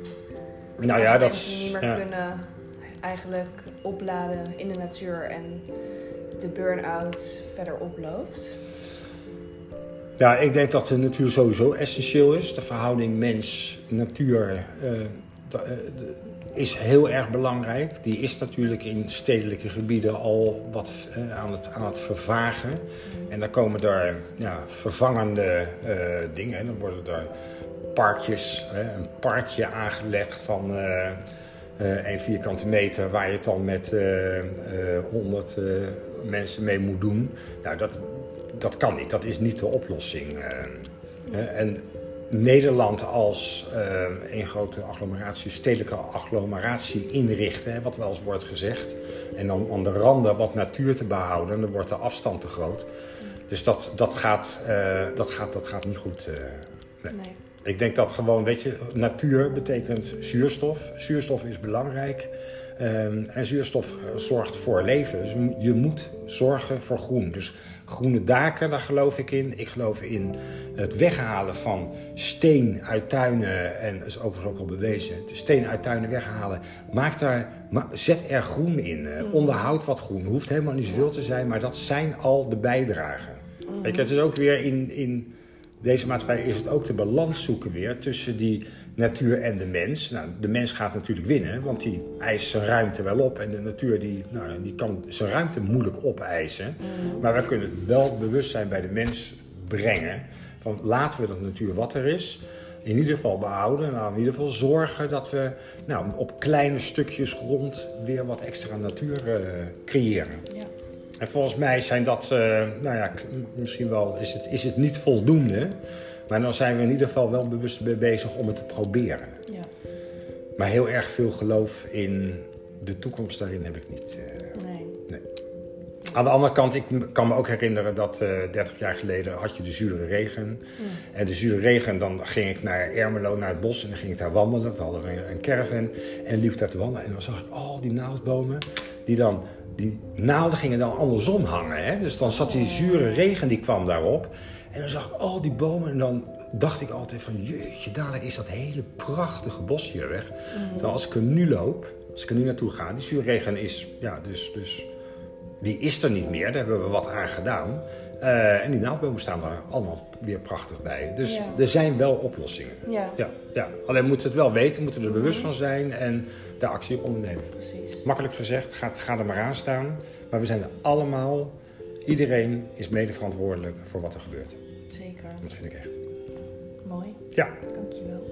Nou als ja, dat mensen niet meer ja. kunnen eigenlijk opladen in de natuur en de burn-out verder oploopt? Ja, ik denk dat de natuur sowieso essentieel is. De verhouding mens-natuur uh, uh, is heel erg belangrijk. Die is natuurlijk in stedelijke gebieden al wat uh, aan, het, aan het vervagen. En dan komen er ja, vervangende uh, dingen. Dan worden er parkjes, hè, een parkje aangelegd van uh, uh, een vierkante meter waar je het dan met uh, uh, honderd uh, mensen mee moet doen. Nou, dat, dat kan niet. Dat is niet de oplossing. Uh, uh, en Nederland als uh, een grote agglomeratie, stedelijke agglomeratie inrichten, hè, wat wel eens wordt gezegd. En dan aan de randen wat natuur te behouden, dan wordt de afstand te groot. Dus dat, dat, gaat, uh, dat, gaat, dat gaat niet goed. Uh, nee. Nee. Ik denk dat gewoon, weet je, natuur betekent zuurstof. Zuurstof is belangrijk. Um, en zuurstof zorgt voor leven. Dus je moet zorgen voor groen. Dus groene daken, daar geloof ik in. Ik geloof in het weghalen van steen uit tuinen. En dat is overigens ook al bewezen. De steen uit tuinen weghalen. Maak daar, zet er groen in. Mm. Onderhoud wat groen. Hoeft helemaal niet zoveel te zijn. Maar dat zijn al de bijdragen. Mm. Weet je, het is ook weer in... in deze maatschappij is het ook de balans zoeken weer tussen die natuur en de mens. Nou, de mens gaat natuurlijk winnen, want die eist zijn ruimte wel op. En de natuur die, nou, die kan zijn ruimte moeilijk opeisen. Mm. Maar we kunnen wel bewust zijn bij de mens brengen. Van laten we de natuur wat er is in ieder geval behouden. Nou, in ieder geval zorgen dat we nou, op kleine stukjes grond weer wat extra natuur uh, creëren. Ja. En volgens mij zijn dat, uh, nou ja, misschien wel is het, is het niet voldoende. Maar dan zijn we in ieder geval wel bewust mee bezig om het te proberen. Ja. Maar heel erg veel geloof in de toekomst daarin heb ik niet. Uh, nee. nee. Aan de andere kant, ik kan me ook herinneren dat uh, dertig jaar geleden had je de zure regen. Mm. En de zure regen, dan ging ik naar Ermelo, naar het bos en dan ging ik daar wandelen. Toen hadden we een caravan en liep ik daar te wandelen. En dan zag ik al die naaldbomen, die dan, die naalden gingen dan andersom hangen. Hè? Dus dan zat die zure regen, die kwam daarop. En dan zag ik al die bomen en dan dacht ik altijd van, jeetje, dadelijk is dat hele prachtige bos hier weg. Mm. Terwijl als ik er nu loop, als ik er nu naartoe ga, die zure regen is, ja, dus... dus die is er niet meer, daar hebben we wat aan gedaan. Uh, en die naaldbomen staan er allemaal weer prachtig bij. Dus ja. Er zijn wel oplossingen. Ja. Ja, ja. Alleen moeten we het wel weten, moeten we er bewust van zijn en daar actie op ondernemen. Precies. Makkelijk gezegd, ga, ga er maar aan staan. Maar we zijn er allemaal, iedereen is mede verantwoordelijk voor wat er gebeurt. Zeker. Dat vind ik echt. Mooi. Ja. Dankjewel.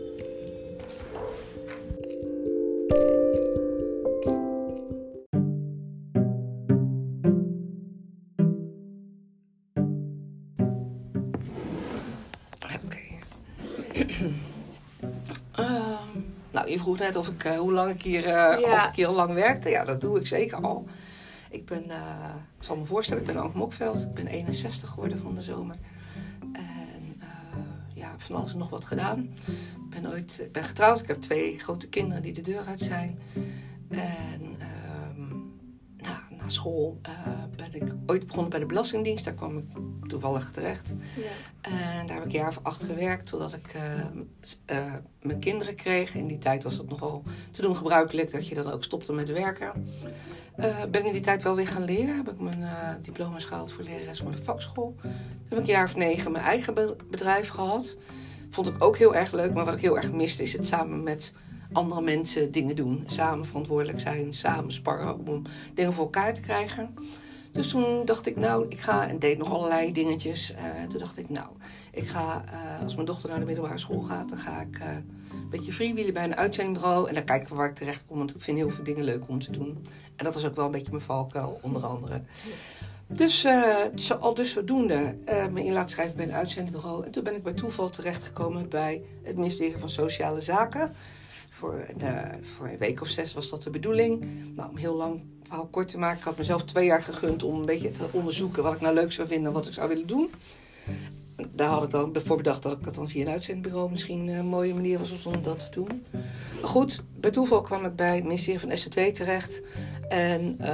Je vroeg net of ik, uh, hoe lang ik hier, uh, ja. of ik hier al lang werkte. Ja, dat doe ik zeker al. Ik ben, uh, ik zal me voorstellen, ik ben Anke Mokveld. Ik ben eenenzestig geworden van de zomer. En uh, ja, van alles en nog wat gedaan. Ik ben ooit, ik ben getrouwd. Ik heb twee grote kinderen die de deur uit zijn. En uh, nou, na school uh, ben ik ooit begonnen bij de Belastingdienst. Daar kwam ik toevallig terecht. Ja. En daar heb ik een jaar of acht gewerkt totdat ik uh, uh, mijn kinderen kreeg. In die tijd was het nogal te doen gebruikelijk dat je dan ook stopte met werken. Uh, ben in die tijd wel weer gaan leren. Heb ik mijn uh, diploma's gehaald voor lerares voor de vakschool. Toen heb ik een jaar of negen mijn eigen be- bedrijf gehad. Vond ik ook heel erg leuk. Maar wat ik heel erg miste is het samen met andere mensen dingen doen. Samen verantwoordelijk zijn. Samen sparren om dingen voor elkaar te krijgen. Dus toen dacht ik, nou, ik ga... En deed nog allerlei dingetjes. Uh, toen dacht ik, nou, ik ga... Uh, als mijn dochter naar de middelbare school gaat... dan ga ik uh, een beetje freewheelen bij een uitzendbureau. En dan kijken we waar ik terecht kom. Want ik vind heel veel dingen leuk om te doen. En dat was ook wel een beetje mijn valkuil, onder andere. Dus, uh, al dus zodoende uh, me in laten schrijven bij een uitzendbureau. En toen ben ik bij toeval terechtgekomen bij het ministerie van Sociale Zaken. Voor, uh, voor een week of zes was dat de bedoeling. Nou, om heel lang verhaal kort te maken. Ik had mezelf twee jaar gegund om een beetje te onderzoeken wat ik nou leuk zou vinden en wat ik zou willen doen. Daar had ik dan voor bedacht dat ik dat dan via een uitzendbureau misschien een mooie manier was om dat te doen. Maar goed, bij toeval kwam ik bij het ministerie van S Z W terecht. En uh,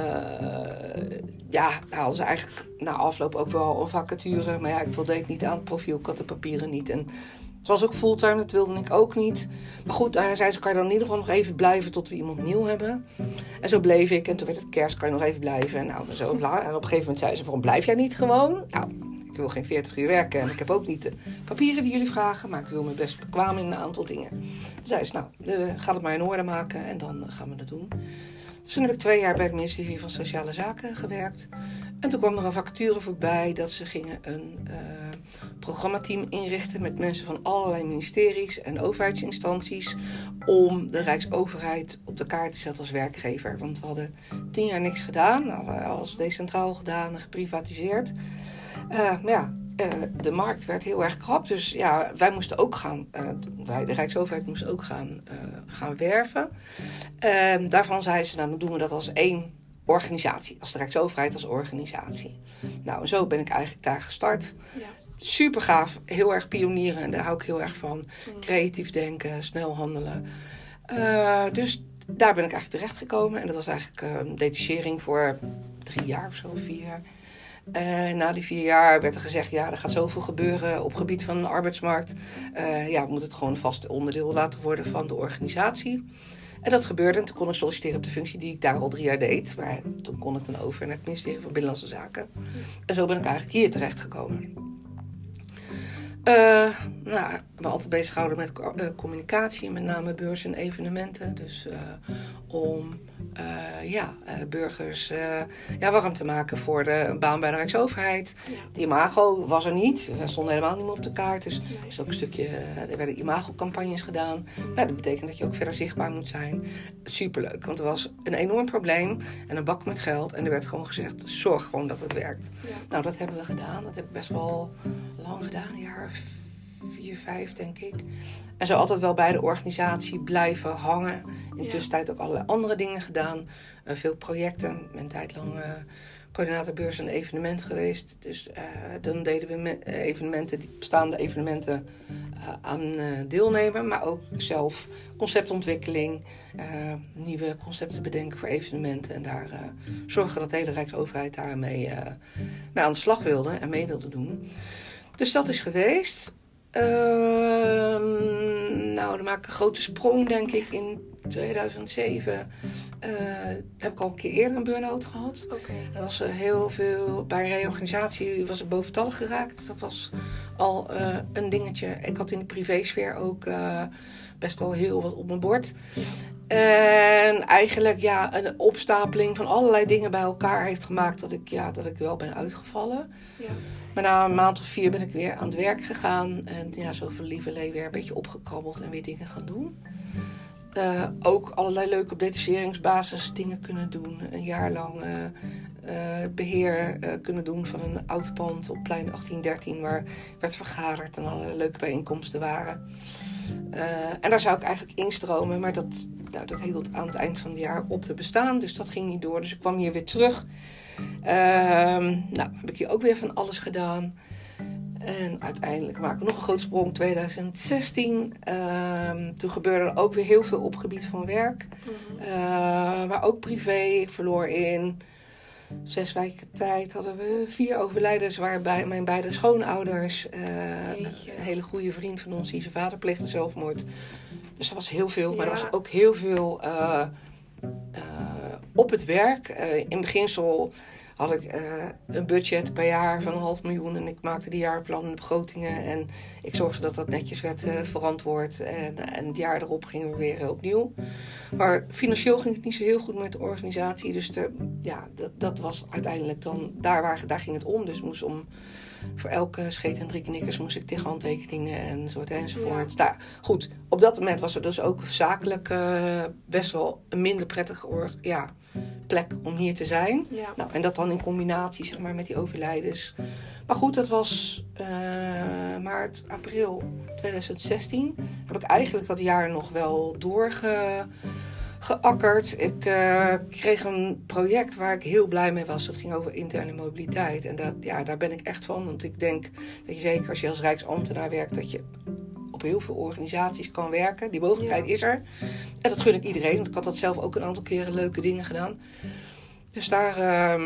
ja, daar hadden ze eigenlijk na afloop ook wel een vacature. Maar ja, ik voldeed niet aan het profiel, ik had de papieren niet. En het was ook fulltime, dat wilde ik ook niet. Maar goed, daar zei ze, kan je dan in ieder geval nog even blijven tot we iemand nieuw hebben. En zo bleef ik. En toen werd het kerst, kan je nog even blijven. En, nou, zo, en op een gegeven moment zei ze, waarom blijf jij niet gewoon? Nou, ik wil geen veertig uur werken. En ik heb ook niet de papieren die jullie vragen. Maar ik wil me best bekwamen in een aantal dingen. Toen zei ze, nou, uh, ga het maar in orde maken. En dan uh, gaan we dat doen. Dus toen heb ik twee jaar bij het ministerie van Sociale Zaken gewerkt. En toen kwam er een vacature voorbij dat ze gingen een uh, programmateam inrichten met mensen van allerlei ministeries en overheidsinstanties om de Rijksoverheid op de kaart te zetten als werkgever. Want we hadden tien jaar niks gedaan, alles decentraal gedaan en geprivatiseerd. Uh, maar ja, uh, de markt werd heel erg krap, dus ja, wij moesten ook gaan, uh, wij, de Rijksoverheid moest ook gaan, uh, gaan werven. Uh, daarvan zeiden ze, nou dan doen we dat als één organisatie, als de Rijksoverheid als organisatie. Nou, en zo ben ik eigenlijk daar gestart. Ja. Super gaaf, heel erg pionieren en daar hou ik heel erg van. Mm. Creatief denken, snel handelen. Uh, dus daar ben ik eigenlijk terechtgekomen. En dat was eigenlijk uh, een detachering voor drie jaar of zo, vier jaar. En na die vier jaar werd er gezegd, ja, er gaat zoveel gebeuren op het gebied van de arbeidsmarkt. Uh, ja, we moeten het gewoon een vast onderdeel laten worden van de organisatie. En dat gebeurde en toen kon ik solliciteren op de functie die ik daar al drie jaar deed. Maar toen kon ik dan over naar het ministerie van Binnenlandse Zaken. En zo ben ik eigenlijk hier terechtgekomen. Uh, nou, ik ben altijd bezig gehouden met uh, communicatie, met name beurs en evenementen. Dus uh, om uh, ja, uh, burgers uh, ja, warm te maken voor de baan bij de Rijksoverheid. Ja. Het imago was er niet. We stonden helemaal niet meer op de kaart. Dus nee. er is ook een stukje, uh, er werden imago-campagnes gedaan. Mm. Ja, dat betekent dat je ook verder zichtbaar moet zijn. Superleuk, want er was een enorm probleem en een bak met geld. En er werd gewoon gezegd, zorg gewoon dat het werkt. Ja. Nou, dat hebben we gedaan. Dat heb ik best wel lang gedaan, een jaar vier, vijf denk ik. En zo altijd wel bij de organisatie blijven hangen. In de tussentijd ook allerlei andere dingen gedaan. Uh, veel projecten. Ik ben een tijd lang uh, coördinator beurs en evenement geweest. Dus uh, dan deden we me- evenementen, die bestaande evenementen uh, aan uh, deelnemen. Maar ook zelf conceptontwikkeling. Uh, nieuwe concepten bedenken voor evenementen. En daar uh, zorgen dat de hele Rijksoverheid daarmee uh, mee aan de slag wilde en mee wilde doen. Dus dat is geweest. Uh, nou, dan maak ik een grote sprong, denk ik. In tweeduizend zeven uh, heb ik al een keer eerder een burn-out gehad. Okay. Er was uh, heel veel, bij een reorganisatie was ik boventallig geraakt. Dat was al uh, een dingetje. Ik had in de privésfeer ook uh, best wel heel wat op mijn bord. En eigenlijk ja, een opstapeling van allerlei dingen bij elkaar heeft gemaakt dat ik, ja, dat ik wel ben uitgevallen. Ja. Maar na een maand of vier ben ik weer aan het werk gegaan. En ja, zo van lieverlee weer een beetje opgekrabbeld en weer dingen gaan doen. Uh, ook allerlei leuke op detacheringsbasis dingen kunnen doen. Een jaar lang uh, uh, het beheer uh, kunnen doen van een oud pand op plein achttien dertien... waar werd vergaderd en allerlei leuke bijeenkomsten waren. Uh, en daar zou ik eigenlijk instromen, maar dat, nou, dat hield aan het eind van het jaar op te bestaan. Dus dat ging niet door. Dus ik kwam hier weer terug. Uh, nou, heb ik hier ook weer van alles gedaan. En uiteindelijk maak ik nog een grote sprong, tweeduizend zestien. Uh, toen gebeurde er ook weer heel veel op gebied van werk. Uh, maar ook privé. Ik verloor in zes weken tijd hadden we vier overlijdens, waarbij mijn beide schoonouders, uh, een hele goede vriend van ons, die zijn vader pleegde zelfmoord. Dus dat was heel veel, maar ja. Er was ook heel veel uh, uh, op het werk. Uh, in beginsel had ik uh, een budget per jaar van een half miljoen en ik maakte de jaarplannen en de begrotingen en ik zorgde dat dat netjes werd uh, verantwoord en, en het jaar erop gingen we weer uh, opnieuw. Maar financieel ging het niet zo heel goed met de organisatie, dus de, ja, dat, dat was uiteindelijk dan, daar, waar, daar ging het om. Dus moest om, voor elke scheet en drie knikkers moest ik tegen handtekeningen en soort enzovoort. Ja. Nou, goed, op dat moment was er dus ook zakelijk uh, best wel een minder prettige or- ja, plek om hier te zijn. Ja. Nou, en dat dan in combinatie zeg maar, met die overlijdens. Maar goed, dat was uh, maart, april tweeduizend zestien. Heb ik eigenlijk dat jaar nog wel doorgeakkerd. Ik uh, kreeg een project waar ik heel blij mee was. Dat ging over interne mobiliteit. En dat, ja, daar ben ik echt van. Want ik denk dat je zeker als je als Rijksambtenaar werkt, dat je op heel veel organisaties kan werken. Die mogelijkheid ja. is er. En dat gun ik iedereen. Want ik had dat zelf ook een aantal keren leuke dingen gedaan. Dus daar... Uh,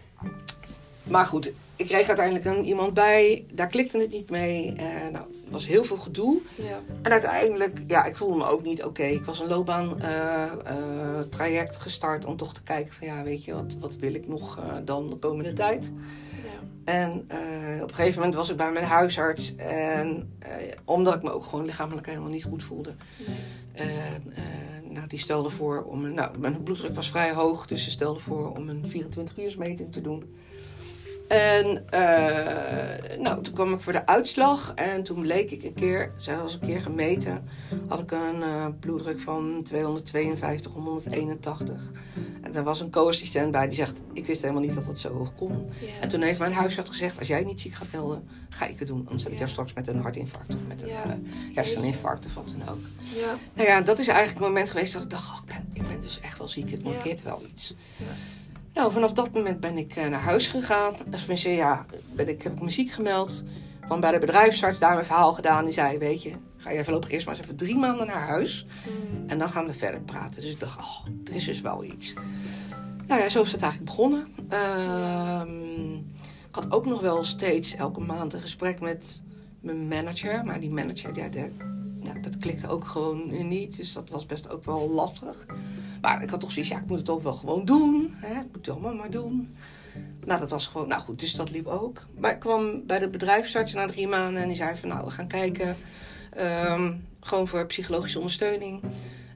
maar goed, ik kreeg uiteindelijk een, iemand bij. Daar klikte het niet mee. Uh, nou, er was heel veel gedoe. Ja. En uiteindelijk, ja, ik voelde me ook niet oké. Okay. Ik was een loopbaan uh, uh, traject gestart om toch te kijken van ja, weet je, wat, wat wil ik nog uh, dan de komende tijd. En uh, op een gegeven moment was ik bij mijn huisarts. En uh, omdat ik me ook gewoon lichamelijk helemaal niet goed voelde. Nee. En, uh, nou, die stelde voor om een... Nou, mijn bloeddruk was vrij hoog. Dus ze stelde voor om een vierentwintig uursmeting te doen. En uh, nou, toen kwam ik voor de uitslag. En toen bleek ik een keer, zelfs een keer gemeten, had ik een uh, bloeddruk van tweehonderdtweeënvijftig op honderdeenentachtig. En er was een co-assistent bij die zegt, ik wist helemaal niet dat dat zo hoog kon. Ja. En toen heeft mijn huisarts gezegd, als jij niet ziek gaat melden, ga ik het doen. Anders heb ik jou straks met een hartinfarct of met een ja. uh, herseninfarct of wat dan ook. Ja. Nou ja, dat is eigenlijk het moment geweest dat ik dacht, oh, ik, ben, ik ben dus echt wel ziek, het mankeert ja. wel iets. Ja. Nou, vanaf dat moment ben ik uh, naar huis gegaan. Tenminste, ja, ben ik, heb ik me ziek gemeld. Van bij de bedrijfsarts daar mijn verhaal gedaan. Die zei, weet je, ga je voorlopig eerst maar eens even drie maanden naar huis. Mm. En dan gaan we verder praten. Dus ik dacht, oh, er is dus wel iets. Nou ja, zo is het eigenlijk begonnen. Uh, ik had ook nog wel steeds elke maand een gesprek met mijn manager. Maar die manager, ja, de, ja, dat klikte ook gewoon niet. Dus dat was best ook wel lastig. Maar ik had toch zoiets, ja, ik moet het toch wel gewoon doen. Hè? Ik moet het allemaal maar doen. Nou, dat was gewoon, nou goed, dus dat liep ook. Maar ik kwam bij de bedrijfsarts na drie maanden en die zei van, nou, we gaan kijken. Um, gewoon voor psychologische ondersteuning.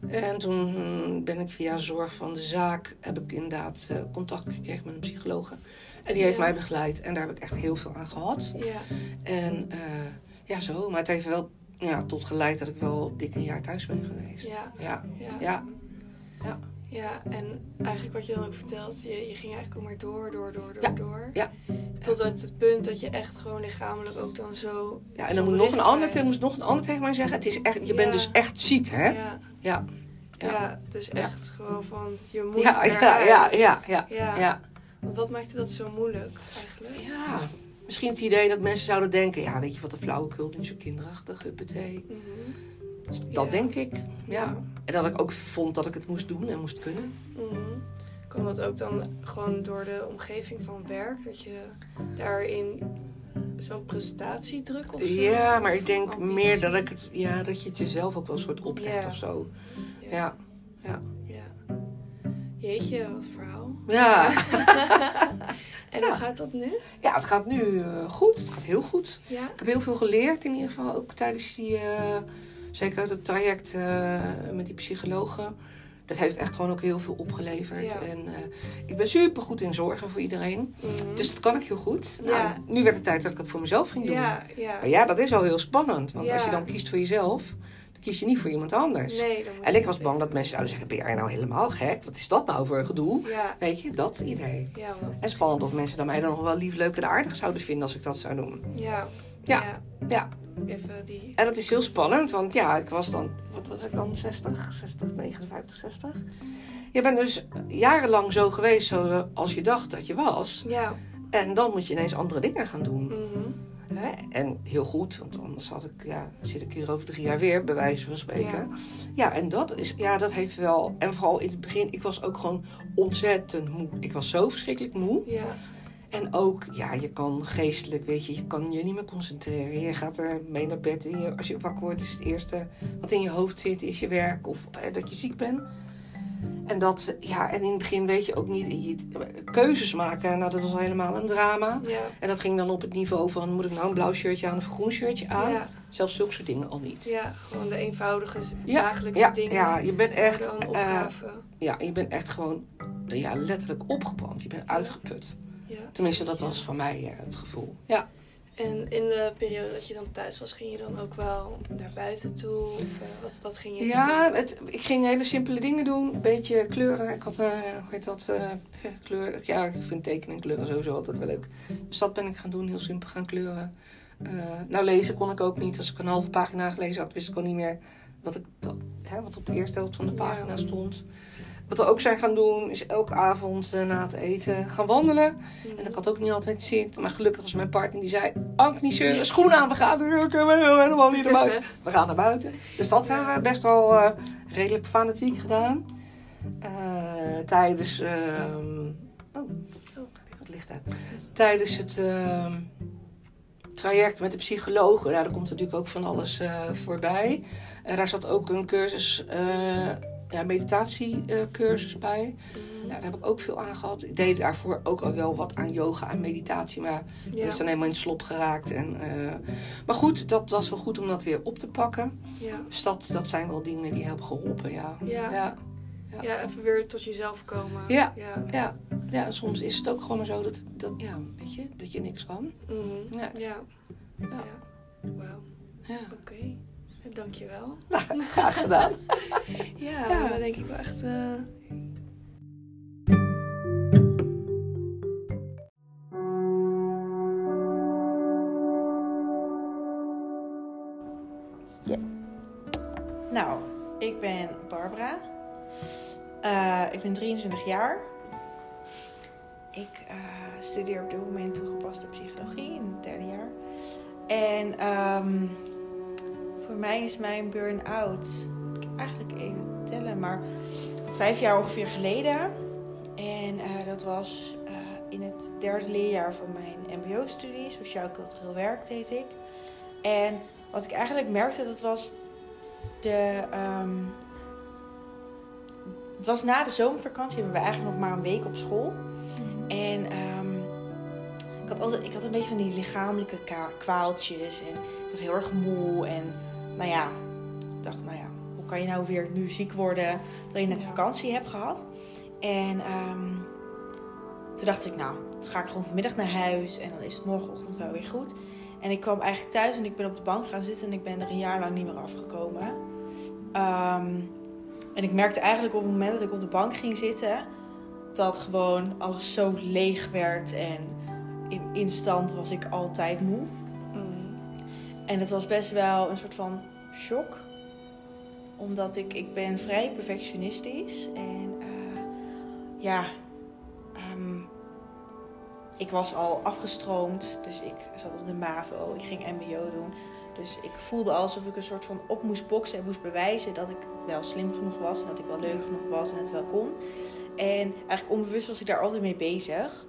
En toen ben ik via zorg van de zaak... heb ik inderdaad uh, contact gekregen met een psycholoog. En die heeft Ja. mij begeleid. En daar heb ik echt heel veel aan gehad. Ja. En uh, ja, zo. Maar het heeft wel ja, tot geleid dat ik wel dik een jaar thuis ben geweest. Ja. Ja. Ja. Ja. Ja. Ja, en eigenlijk wat je dan ook vertelt, je, je ging eigenlijk ook maar door, door, door, door, Ja. door. Ja. Tot het punt dat je echt gewoon lichamelijk ook dan zo... Ja, en zo dan moet nog een, ander, bericht er moest nog een ander tegen mij zeggen. Het is echt, je Ja. bent dus echt ziek, hè? Ja. Ja. Ja. Ja. het is Ja. echt gewoon van, je moet Ja, eruit. ja, ja, ja, ja, Ja. ja. Want wat maakte dat zo moeilijk eigenlijk? Ja, misschien het idee dat mensen zouden denken... ja, weet je wat, een flauwekul, niet zo kinderachtig, huppatee. Mhm. Dat Ja. denk ik, ja. Ja. En dat ik ook vond dat ik het moest doen en moest kunnen. Mhm. Kwam dat ook dan gewoon door de omgeving van werk? Dat je daarin zo'n prestatiedruk of zo? Ja, maar ik Of denk ambitie? meer dat ik het... Ja, dat je het jezelf ook wel een soort oplegt Ja. of zo. Ja. Ja, ja. Ja. Jeetje, wat een verhaal. Ja, En Ja. hoe gaat dat nu? ja het gaat nu uh, goed. Het gaat heel goed. Ja. Ik heb heel veel geleerd in ieder geval. Ook tijdens die... Uh, zeker uit het traject uh, met die psychologen. Dat heeft echt gewoon ook heel veel opgeleverd. Ja. En uh, ik ben super goed in zorgen voor iedereen. Mhm. Dus dat kan ik heel goed. Ja. Nou, nu werd het tijd dat ik het voor mezelf ging doen. Ja, ja. Maar ja, dat is wel heel spannend. Want Ja. als je dan kiest voor jezelf, dan kies je niet voor iemand anders. Nee, dan moet En je ik was het bang dat mensen zouden zeggen, ben jij nou helemaal gek? Wat is dat nou voor een gedoe? Ja, Weet je, dat idee. ja, want- En spannend of mensen dan mij dan nog wel lief, leuk en aardig zouden vinden als ik dat zou doen. ja. Ja. Ja. Even die... En dat is heel spannend, want ja, ik was dan, wat was ik dan, zestig, zestig, negenenvijftig, zestig. Je bent dus jarenlang zo geweest zoals je dacht dat je was. Ja. En dan moet je ineens andere dingen gaan doen. Mhm. Hè? En heel goed, want anders had ik, ja, zit ik hier over drie jaar weer, bij wijze van spreken. Ja, ja en dat is, ja, dat heeft wel, en vooral in het begin, ik was ook gewoon ontzettend moe. Ik was zo verschrikkelijk moe. Ja. En ook, ja, je kan geestelijk, weet je, je kan je niet meer concentreren. Je gaat er mee naar bed. En je, als je wakker wordt, is het eerste wat in je hoofd zit, is je werk of eh, dat je ziek bent. En dat, ja, en in het begin weet je ook niet, je, keuzes maken, nou, dat was al helemaal een drama. Ja. En dat ging dan op het niveau van, moet ik nou een blauw shirtje aan of een groen shirtje aan? Ja. Zelfs zulke soort dingen al niet. Ja, gewoon de eenvoudige Ja, dagelijkse ja, dingen. ja, je bent echt, Dan eh, opgaven. ja, je bent echt gewoon, ja, letterlijk opgebrand. Je bent uitgeput. Ja. Tenminste, dat was voor mij ja, het gevoel. Ja. En in de periode dat je dan thuis was, ging je dan ook wel naar buiten toe? Of uh, wat, wat ging je Ja, doen? het, ik ging hele simpele dingen doen. Een beetje kleuren. Ik had, uh, hoe heet dat, uh, kleur. Ja, ik vind tekenen en kleuren sowieso altijd wel leuk. Dus dat ben ik gaan doen, heel simpel gaan kleuren. Uh, nou, lezen kon ik ook niet. Als ik een halve pagina gelezen had, wist ik al niet meer wat, ik, dat, hè, wat op de eerste helft van de pagina Ja. stond. Wat we ook zijn gaan doen, is elke avond uh, na het eten gaan wandelen. Mm. En ik had ook niet altijd zin. Maar gelukkig was mijn partner die zei... Ank, niet zeuren, schoen aan, we gaan er helemaal niet naar buiten. We gaan naar buiten. Dus dat hebben we best wel uh, redelijk fanatiek gedaan. Uh, tijdens... Uh, oh, oh, wat licht uit. Tijdens het uh, traject met de psycholoog. Nou, daar komt natuurlijk ook van alles uh, voorbij. Uh, daar zat ook een cursus... Uh, Ja, meditatiecursus bij. Mm. Ja, daar heb ik ook veel aan gehad. Ik deed daarvoor ook al wel wat aan yoga en meditatie. Maar Ja. dat is dan helemaal in het slop geraakt. En, uh... Maar goed, dat was wel goed om dat weer op te pakken. Ja. Dus dat, dat zijn wel dingen die hebben geholpen, ja. Ja. Ja. Ja. Ja, even weer tot jezelf komen. Ja. Ja. Ja. Ja, en soms is het ook gewoon maar zo dat, dat, ja, weet je, dat je niks kan. Mm. Ja. Ja. Ja. Ja. Wauw. Ja. Oké. Okay. Dankjewel. Nou, graag gedaan. Ja, Ja. dat denk ik wel echt... Uh... Yes. Nou, ik ben Barbara. Uh, ik ben drieëntwintig jaar. Ik uh, studeer op dit moment toegepaste psychologie in het derde jaar. En um, voor mij is mijn burn-out, moet ik eigenlijk even tellen, maar vijf jaar ongeveer geleden. En uh, dat was uh, in het derde leerjaar van mijn mbo-studie, sociaal-cultureel werk deed ik. En wat ik eigenlijk merkte, dat was de... Um, het was na de zomervakantie, hebben we eigenlijk nog maar een week op school. En um, ik, had altijd, ik had een beetje van die lichamelijke kwaaltjes en ik was heel erg moe. En nou ja, ik dacht, nou ja, hoe kan je nou weer nu ziek worden terwijl je net Ja. vakantie hebt gehad? En um, toen dacht ik, nou, dan ga ik gewoon vanmiddag naar huis en dan is het morgenochtend wel weer goed. En ik kwam eigenlijk thuis en ik ben op de bank gaan zitten en ik ben er een jaar lang niet meer afgekomen. Um, en ik merkte eigenlijk op het moment dat ik op de bank ging zitten, dat gewoon alles zo leeg werd en in instant was ik altijd moe. Mm. En het was best wel een soort van shock. Omdat ik, ik ben vrij perfectionistisch. En uh, ja, um, ik was al afgestroomd. Dus ik zat op de MAVO. Ik ging M B O doen. Dus ik voelde alsof ik een soort van op moest boksen en moest bewijzen dat ik wel slim genoeg was. En dat ik wel leuk genoeg was en het wel kon. En eigenlijk onbewust was ik daar altijd mee bezig.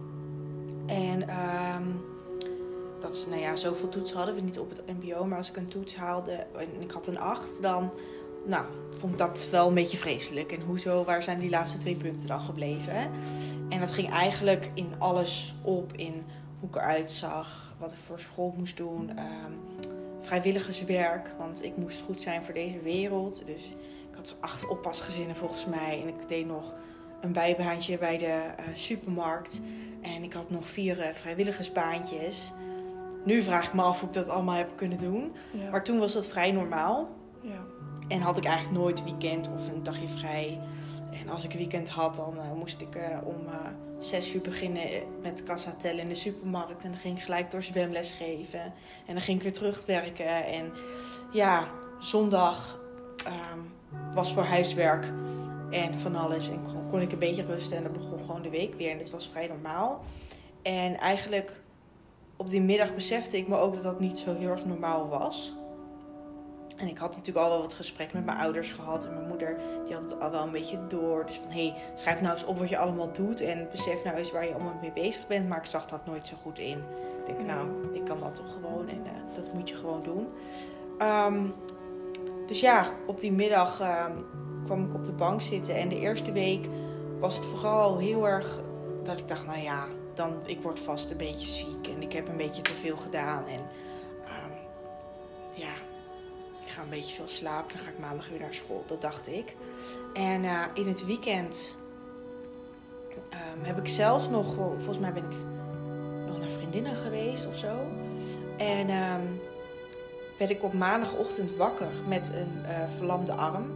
En um, dat is, nou ja, zoveel toetsen hadden we niet op het M B O. Maar als ik een toets haalde en ik had een acht, dan nou, vond ik dat wel een beetje vreselijk. En hoezo, waar zijn die laatste twee punten dan gebleven? En dat ging eigenlijk in alles op. In hoe ik eruit zag, wat ik voor school moest doen. Um, vrijwilligerswerk, want ik moest goed zijn voor deze wereld. Dus ik had acht oppasgezinnen volgens mij. En ik deed nog een bijbaantje bij de uh, supermarkt. En ik had nog vier uh, vrijwilligersbaantjes. Nu vraag ik me af hoe ik dat allemaal heb kunnen doen. Ja. Maar toen was dat vrij normaal. Ja. En had ik eigenlijk nooit weekend of een dagje vrij. En als ik weekend had, dan uh, moest ik uh, om uh, zes uur beginnen met kassa tellen in de supermarkt. En dan ging ik gelijk door zwemles geven. En dan ging ik weer terugwerken. En ja, zondag um, was voor huiswerk en van alles. En kon, kon ik een beetje rusten en dan begon gewoon de week weer. En dit was vrij normaal. En eigenlijk op die middag besefte ik me ook dat dat niet zo heel erg normaal was. En ik had natuurlijk al wel wat gesprekken met mijn ouders gehad. En mijn moeder, die had het al wel een beetje door. Dus van, hé, hey, schrijf nou eens op wat je allemaal doet. En besef nou eens waar je allemaal mee bezig bent. Maar ik zag dat nooit zo goed in. Ik denk, nou, ik kan dat toch gewoon. En uh, dat moet je gewoon doen. Um, dus ja, op die middag um, kwam ik op de bank zitten. En de eerste week was het vooral heel erg dat ik dacht, nou ja, dan, ik word vast een beetje ziek. En ik heb een beetje te veel gedaan. En um, ja... ik ga een beetje veel slapen, dan ga ik maandag weer naar school. Dat dacht ik. En uh, in het weekend um, heb ik zelfs nog... volgens mij ben ik nog naar vriendinnen geweest of zo. En um, werd ik op maandagochtend wakker met een uh, verlamde arm.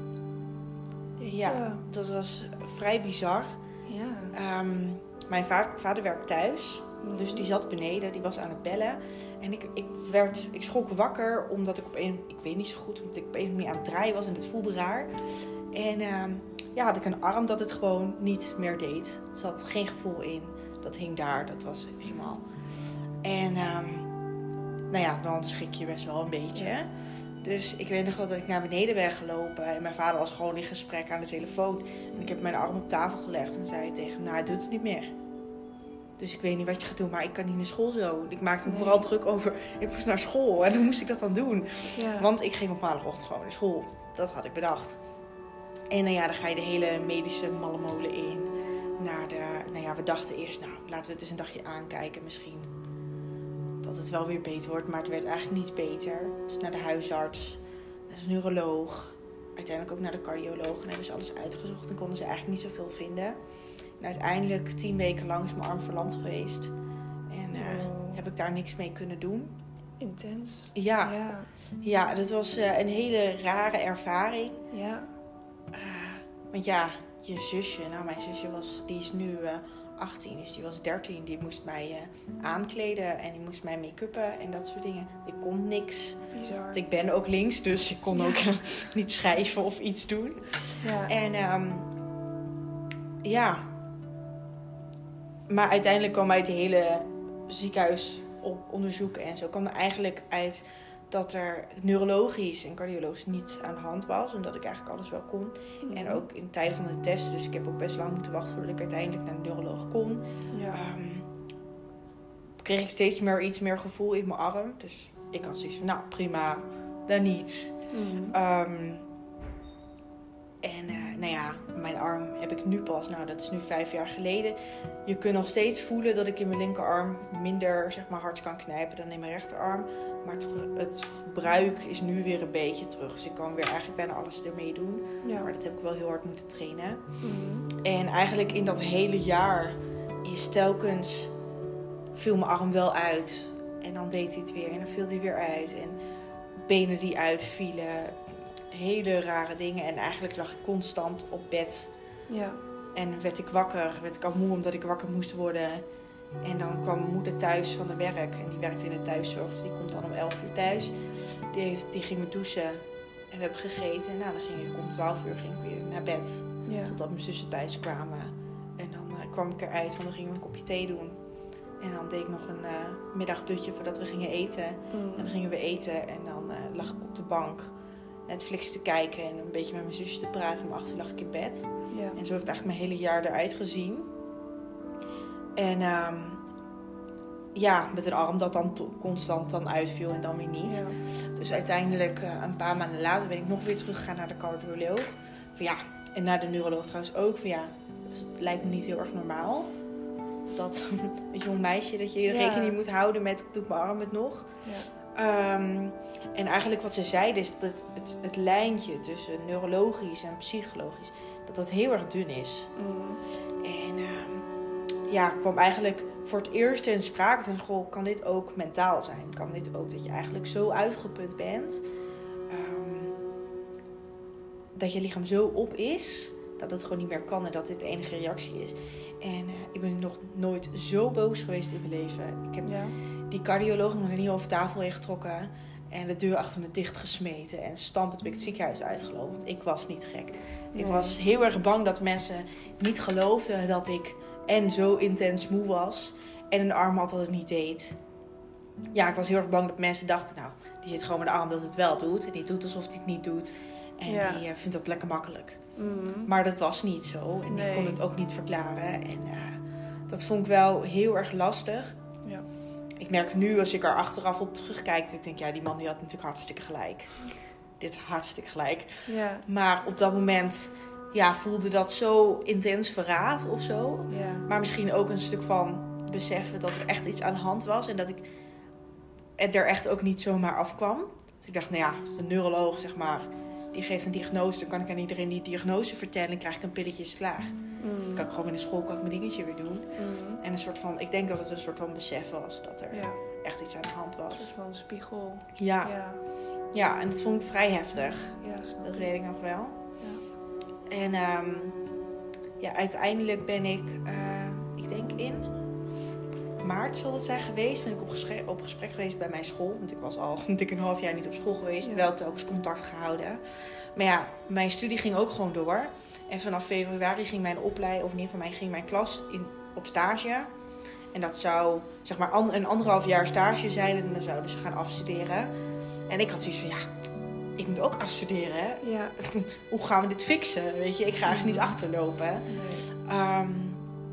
Ja, Ja. dat was vrij bizar. Ja. Um, mijn va- vader werkt thuis. Dus die zat beneden, die was aan het bellen. En ik, ik, werd, ik schrok wakker omdat ik op een... ik weet niet zo goed, omdat ik op een manier aan het draaien was. En het voelde raar. En uh, ja, had ik een arm dat het gewoon niet meer deed. Er zat geen gevoel in. Dat hing daar, dat was helemaal... En um, nou ja, dan schrik je best wel een beetje. Ja. Dus ik weet nog wel dat ik naar beneden ben gelopen. En mijn vader was gewoon in gesprek aan de telefoon. En ik heb mijn arm op tafel gelegd en zei tegen hem... nou, hij doet het niet meer. Dus ik weet niet wat je gaat doen, maar ik kan niet naar school zo. Ik maakte me Nee. vooral druk over, ik moest naar school. En hoe moest ik dat dan doen? Ja. Want ik ging op maandagochtend gewoon naar school. Dat had ik bedacht. En nou ja, dan ga je de hele medische mallemolen in. Naar de, nou ja, we dachten eerst, nou, laten we het eens een dagje aankijken. Misschien dat het wel weer beter wordt, maar het werd eigenlijk niet beter. Dus naar de huisarts, naar de neuroloog. Uiteindelijk ook naar de cardioloog. En hebben ze alles uitgezocht en konden ze eigenlijk niet zoveel vinden. En uiteindelijk tien weken lang is mijn arm verlamd geweest. En uh, Oh. heb ik daar niks mee kunnen doen. Intens. Ja, Ja. ja dat was uh, een hele rare ervaring. Ja. Uh, want ja, je zusje, nou mijn zusje was, die is nu uh, achttien, dus die was dertien. Die moest mij uh, aankleden en die moest mij make-uppen en dat soort dingen. Ik kon niks. Bizar. Want ik ben ook links, dus ik kon Ja. ook uh, niet schrijven of iets doen. Ja. En um, ja... Maar uiteindelijk kwam uit het hele ziekenhuis op onderzoek en zo kwam er eigenlijk uit dat er neurologisch en cardiologisch niets aan de hand was. En dat ik eigenlijk alles wel kon. En ook in tijden van de test, dus ik heb ook best lang moeten wachten voordat ik uiteindelijk naar de neuroloog kon. Ja. Um, kreeg ik steeds meer iets meer gevoel in mijn arm. Dus ik had zoiets van, nou prima, dan niet. Mm. Um, en uh, nou ja, mijn arm heb ik nu pas, nou dat is nu vijf jaar geleden. Je kunt nog steeds voelen dat ik in mijn linkerarm minder zeg maar, hard kan knijpen dan in mijn rechterarm. Maar het, het gebruik is nu weer een beetje terug. Dus ik kan weer eigenlijk bijna alles ermee doen. Ja. Maar dat heb ik wel heel hard moeten trainen. Mm-hmm. En eigenlijk in dat hele jaar is telkens viel mijn arm wel uit. En dan deed hij het weer en dan viel hij weer uit. En benen die uitvielen. Hele rare dingen. En eigenlijk lag ik constant op bed. Ja. En werd ik wakker. Werd ik al moe omdat ik wakker moest worden. En dan kwam mijn moeder thuis van de werk. En die werkte in de thuiszorg. Dus die komt dan om elf uur thuis. Die, heeft, die ging me douchen. En we hebben gegeten. En nou, dan ging ik om twaalf uur ging ik weer naar bed. Ja. Totdat mijn zussen thuis kwamen. En dan uh, kwam ik eruit. Want dan gingen we een kopje thee doen. En dan deed ik nog een uh, middagdutje voordat we gingen eten. Mm. En dan gingen we eten. En dan uh, lag ik op de bank Netflix te kijken. En een beetje met mijn zusje te praten. Om acht uur lag ik in bed. Ja. En zo heeft eigenlijk mijn hele jaar eruit gezien. En um, ja, met een arm dat dan to- constant dan uitviel en dan weer niet. Ja. Dus uiteindelijk, uh, een paar maanden later, ben ik nog weer teruggegaan naar de cardioloog. Van ja, en naar de neuroloog trouwens ook. Van ja, het lijkt me niet heel erg normaal. Dat, weet je, een meisje, dat je ja. rekening moet houden met, doet mijn arm het nog? Ja. Um, en eigenlijk wat ze zeiden is dat het, het, het lijntje tussen neurologisch en psychologisch, dat dat heel erg dun is. Mm. En um, ja, ik kwam eigenlijk voor het eerst in sprake van, goh, kan dit ook mentaal zijn? Kan dit ook dat je eigenlijk zo uitgeput bent, um, dat je lichaam zo op is, dat het gewoon niet meer kan en dat dit de enige reactie is. En uh, ik ben nog nooit zo boos geweest in mijn leven. Ik heb ja. die cardioloog nog niet over tafel heen getrokken en de deur achter me dicht gesmeten en stampend ben ik het ziekenhuis uitgelopen. Want ik was niet gek. Nee. Ik was heel erg bang dat mensen niet geloofden dat ik en zo intens moe was. En een arm had dat het niet deed. Ja, ik was heel erg bang dat mensen dachten, nou, die zit gewoon met de arm dat het wel doet. En die doet alsof hij het niet doet. En ja. die uh, vindt dat lekker makkelijk. Mm-hmm. Maar dat was niet zo. En nee. ik kon het ook niet verklaren. En uh, dat vond ik wel heel erg lastig. Ja. Ik merk nu, als ik er achteraf op terugkijk, dat ik denk, ja, die man die had natuurlijk hartstikke gelijk. Dit hartstikke gelijk. Ja. Maar op dat moment ja, voelde dat zo intens verraad of zo. Ja. Maar misschien ook een stuk van beseffen dat er echt iets aan de hand was. En dat ik het er echt ook niet zomaar afkwam. Dus ik dacht, nou ja, als de neuroloog, zeg maar, die geeft een diagnose, dan kan ik aan iedereen die diagnose vertellen en krijg ik een pilletje slaag. Mm. Dan kan ik gewoon in de school kan ik mijn dingetje weer doen. Mm. En een soort van, ik denk dat het een soort van besef was dat er ja. echt iets aan de hand was. Een soort van spiegel. Ja. Ja, ja, en dat vond ik vrij heftig. Ja, dat weet ik nog wel. Ja. En um, ja, uiteindelijk ben ik, uh, ik denk in maart zal het zijn geweest, ben ik op gesprek, op gesprek geweest bij mijn school. Want ik was al dik een half jaar niet op school geweest. Ja. Wel telkens contact gehouden. Maar ja, mijn studie ging ook gewoon door. En vanaf februari ging mijn opleiding, of in ieder geval mijn, ging mijn klas in, op stage. En dat zou zeg maar an, een anderhalf jaar stage zijn. En dan zouden ze gaan afstuderen. En ik had zoiets van, ja, ik moet ook afstuderen. Ja. Hoe gaan we dit fixen? Weet je, ik ga eigenlijk niet achterlopen. Nee. Um,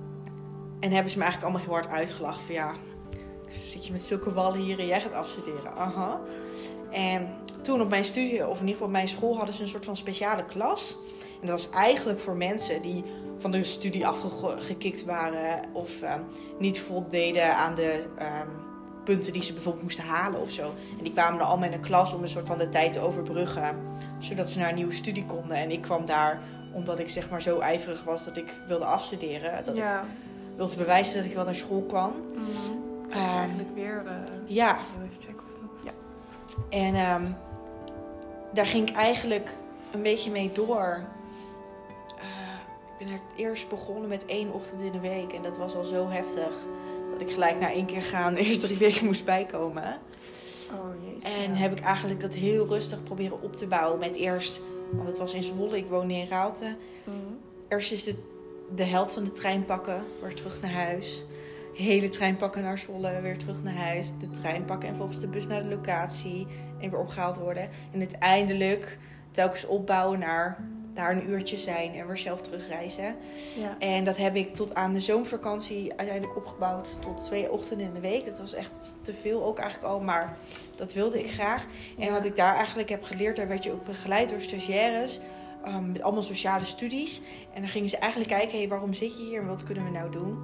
En hebben ze me eigenlijk allemaal heel hard uitgelachen. Van ja, zit je met zulke wallen hier en jij gaat afstuderen. Aha. En toen op mijn studie, of in ieder geval op mijn school, hadden ze een soort van speciale klas. En dat was eigenlijk voor mensen die van de studie afgekikt waren. Of um, niet voldeden aan de um, punten die ze bijvoorbeeld moesten halen of zo. En die kwamen dan allemaal in een klas om een soort van de tijd te overbruggen. Zodat ze naar een nieuwe studie konden. En ik kwam daar omdat ik zeg maar zo ijverig was dat ik wilde afstuderen. Dat ja. ik wilde bewijzen dat ik wel naar school kwam. Mm-hmm. Um, eigenlijk weer... Uh, ja. Even checken of nog. Ja. En um, daar ging ik eigenlijk een beetje mee door. Uh, ik ben er het eerst begonnen met één ochtend in de week. En dat was al zo heftig dat ik gelijk na één keer gaan de eerste drie weken moest bijkomen. Oh jezus. En ja. heb ik eigenlijk dat heel rustig proberen op te bouwen. Met eerst, want het was in Zwolle, ik woonde in Raalte. Mm-hmm. Eerst is het de helft van de trein pakken, weer terug naar huis. De hele trein pakken naar Zwolle, weer terug naar huis. De trein pakken en volgens de bus naar de locatie. En weer opgehaald worden. En uiteindelijk telkens opbouwen naar daar een uurtje zijn en weer zelf terugreizen. Ja. En dat heb ik tot aan de zomervakantie uiteindelijk opgebouwd tot twee ochtenden in de week. Dat was echt te veel ook eigenlijk al, maar dat wilde ik graag. En ja. wat ik daar eigenlijk heb geleerd, daar werd je ook begeleid door stagiaires. Um, met allemaal sociale studies. En dan gingen ze eigenlijk kijken, hey, waarom zit je hier en wat kunnen we nou doen?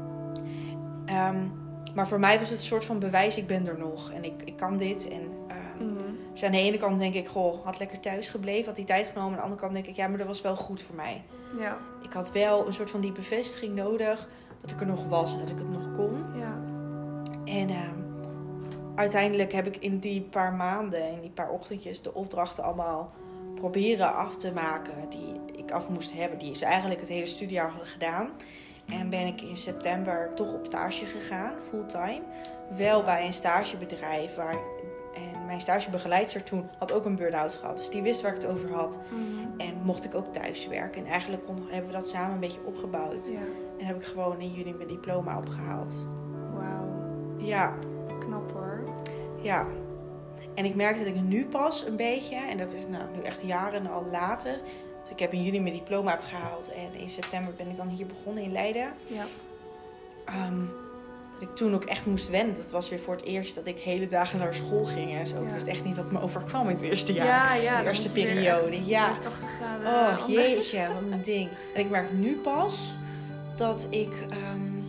Um, maar voor mij was het een soort van bewijs, ik ben er nog. En ik, ik kan dit. En um, mm-hmm. dus aan de ene kant denk ik, goh, had lekker thuis gebleven, had die tijd genomen. Aan de andere kant denk ik, ja, maar dat was wel goed voor mij. Ja. Ik had wel een soort van die bevestiging nodig dat ik er nog was en dat ik het nog kon. Ja. En um, uiteindelijk heb ik in die paar maanden, in die paar ochtendjes, de opdrachten allemaal proberen af te maken die ik af moest hebben. Die is eigenlijk het hele studiejaar hadden gedaan. En ben ik in september toch op stage gegaan, fulltime. Wel bij een stagebedrijf. Waar, en mijn stagebegeleidster toen had ook een burn-out gehad. Dus die wist waar ik het over had. Mm-hmm. En mocht ik ook thuis werken. En eigenlijk kon, hebben we dat samen een beetje opgebouwd. Ja. En heb ik gewoon in juni mijn diploma opgehaald. Wauw. Ja. Knap hoor. Ja. En ik merk dat ik nu pas een beetje, en dat is nou nu echt jaren al later. Dus ik heb in juni mijn diploma opgehaald en in september ben ik dan hier begonnen in Leiden. Ja. Um, dat ik toen ook echt moest wennen. Dat was weer voor het eerst dat ik hele dagen naar school ging en zo. Ja. Ik wist echt niet wat me overkwam in het eerste jaar. Ja, ja. De eerste periode. Ja. Graden, oh jeetje, wat een ding. En ik merk nu pas dat ik um,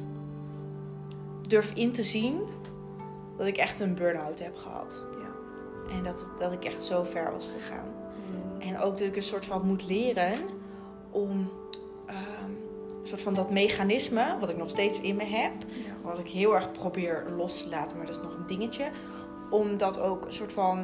durf in te zien dat ik echt een burn-out heb gehad. Ja. En dat, het, dat ik echt zo ver was gegaan. Mm. En ook dat ik een soort van moet leren om um, een soort van dat mechanisme, wat ik nog steeds in me heb, ja. wat ik heel erg probeer los te laten, maar dat is nog een dingetje, om dat ook een soort van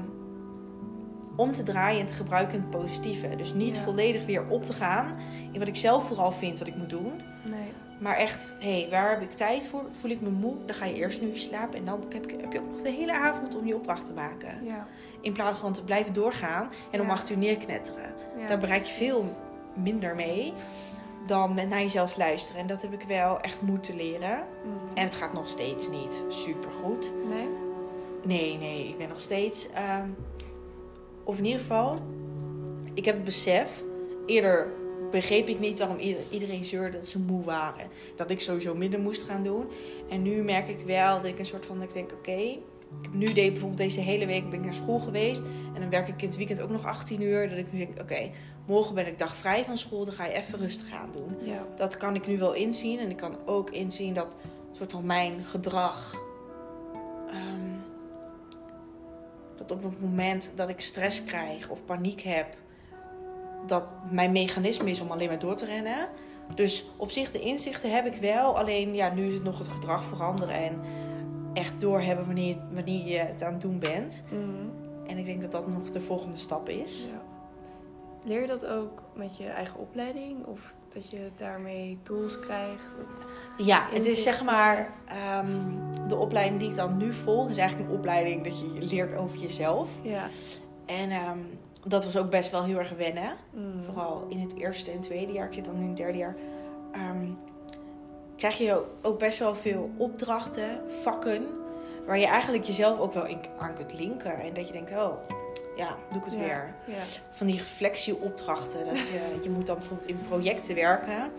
om te draaien en te gebruiken in het positieve. Dus niet ja. volledig weer op te gaan in wat ik zelf vooral vind wat ik moet doen. Nee. Maar echt, hé, hey, waar heb ik tijd voor? Voel ik me moe? Dan ga je eerst een uurtje slapen. En dan heb, ik, heb je ook nog de hele avond om je opdracht te maken. Ja. In plaats van te blijven doorgaan en om ja. acht uur neerknetteren. Ja. Daar bereik je veel minder mee dan met naar jezelf luisteren. En dat heb ik wel echt moeten leren. Mm. En het gaat nog steeds niet supergoed. Nee? Nee, nee. Ik ben nog steeds... Um, of in ieder geval, ik heb het besef. Eerder begreep ik niet waarom iedereen zeurde dat ze moe waren. Dat ik sowieso minder moest gaan doen. En nu merk ik wel dat ik een soort van... Dat ik denk, oké... Okay, nu deed bijvoorbeeld deze hele week ben ik naar school geweest. En dan werk ik in het weekend ook nog achttien uur. Dat ik nu denk, oké, okay, morgen ben ik dag vrij van school. Dan ga je even rustig aan doen. Ja. Dat kan ik nu wel inzien. En ik kan ook inzien dat soort van mijn gedrag... Um, dat op het moment dat ik stress krijg of paniek heb... dat mijn mechanisme is om alleen maar door te rennen. Dus op zich de inzichten heb ik wel. Alleen ja, nu is het nog het gedrag veranderen. En echt doorhebben wanneer, wanneer je het aan het doen bent. Mm. En ik denk dat dat nog de volgende stap is. Ja. Leer je dat ook met je eigen opleiding? Of dat je daarmee tools krijgt? Ja, het is zeg maar... Um, de opleiding die ik dan nu volg... is eigenlijk een opleiding dat je leert over jezelf. Ja. En um, dat was ook best wel heel erg wennen. Mm. Vooral in het eerste en tweede jaar. Ik zit dan nu in het derde jaar. Um, krijg je ook best wel veel opdrachten, vakken... waar je eigenlijk jezelf ook wel in, aan kunt linken. En dat je denkt, oh... Ja, doe ik het ja, weer. Ja. Van die reflectieopdrachten. Dat je, je moet dan bijvoorbeeld in projecten werken.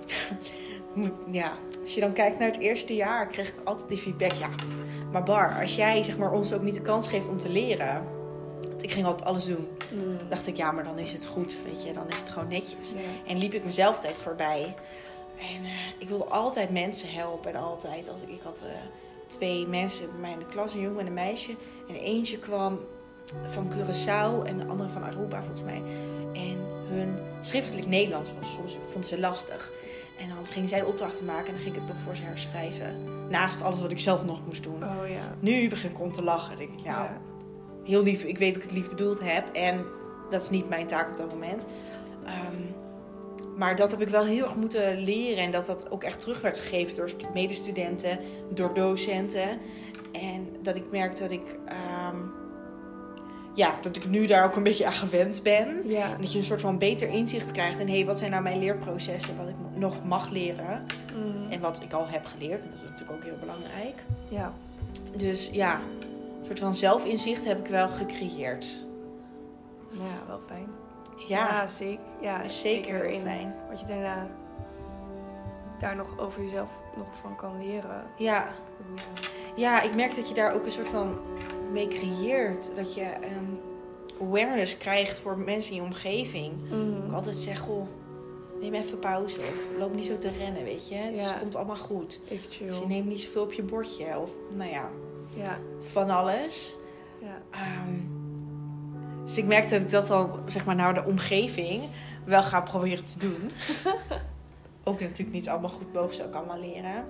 Ja, als je dan kijkt naar het eerste jaar, kreeg ik altijd die feedback. Ja, maar Bar, als jij zeg maar, ons ook niet de kans geeft om te leren. Want ik ging altijd alles doen. Mm. Dacht ik, ja, maar dan is het goed. Weet je, dan is het gewoon netjes. Ja. En liep ik mezelf tijd voorbij. En uh, ik wilde altijd mensen helpen. En altijd. Als ik, ik had uh, twee mensen bij mij in de klas, een jongen en een meisje. En eentje kwam... van Curaçao en de andere van Aruba volgens mij. En hun schriftelijk Nederlands was soms vonden ze lastig. En dan gingen zij de opdrachten maken en dan ging ik het toch voor ze herschrijven. Naast alles wat ik zelf nog moest doen. Oh, ja. Nu begin ik om te lachen. Dan denk ik, nou, ja. heel lief. Ik weet dat ik het lief bedoeld heb. En dat is niet mijn taak op dat moment. Um, maar dat heb ik wel heel erg moeten leren. En dat dat ook echt terug werd gegeven door medestudenten, door docenten. En dat ik merkte dat ik... Um, Ja, dat ik nu daar ook een beetje aan gewend ben. Ja. En dat je een soort van beter inzicht krijgt. En hé, hey, wat zijn nou mijn leerprocessen? Wat ik nog mag leren. Mm. En wat ik al heb geleerd. En dat is natuurlijk ook heel belangrijk. Ja. Dus ja, een soort van zelfinzicht heb ik wel gecreëerd. Ja, wel fijn. Ja, ja zeker. Ja, zeker, zeker heel in fijn. Wat je daarna daar nog over jezelf nog van kan leren. Ja. ja, ik merk dat je daar ook een soort van... mee creëert. Dat je um, awareness krijgt voor mensen in je omgeving. Mm. Ik altijd zeg, goh, neem even pauze. Of loop niet zo te rennen, weet je. Het Ja. komt allemaal goed. Even chill. Of je neemt niet zoveel op je bordje. Of nou ja, Ja. van alles. Ja. Um, dus ik merk dat ik dat dan, zeg maar, naar de omgeving wel ga proberen te doen. Ook natuurlijk niet allemaal goed mogen ze ook allemaal leren.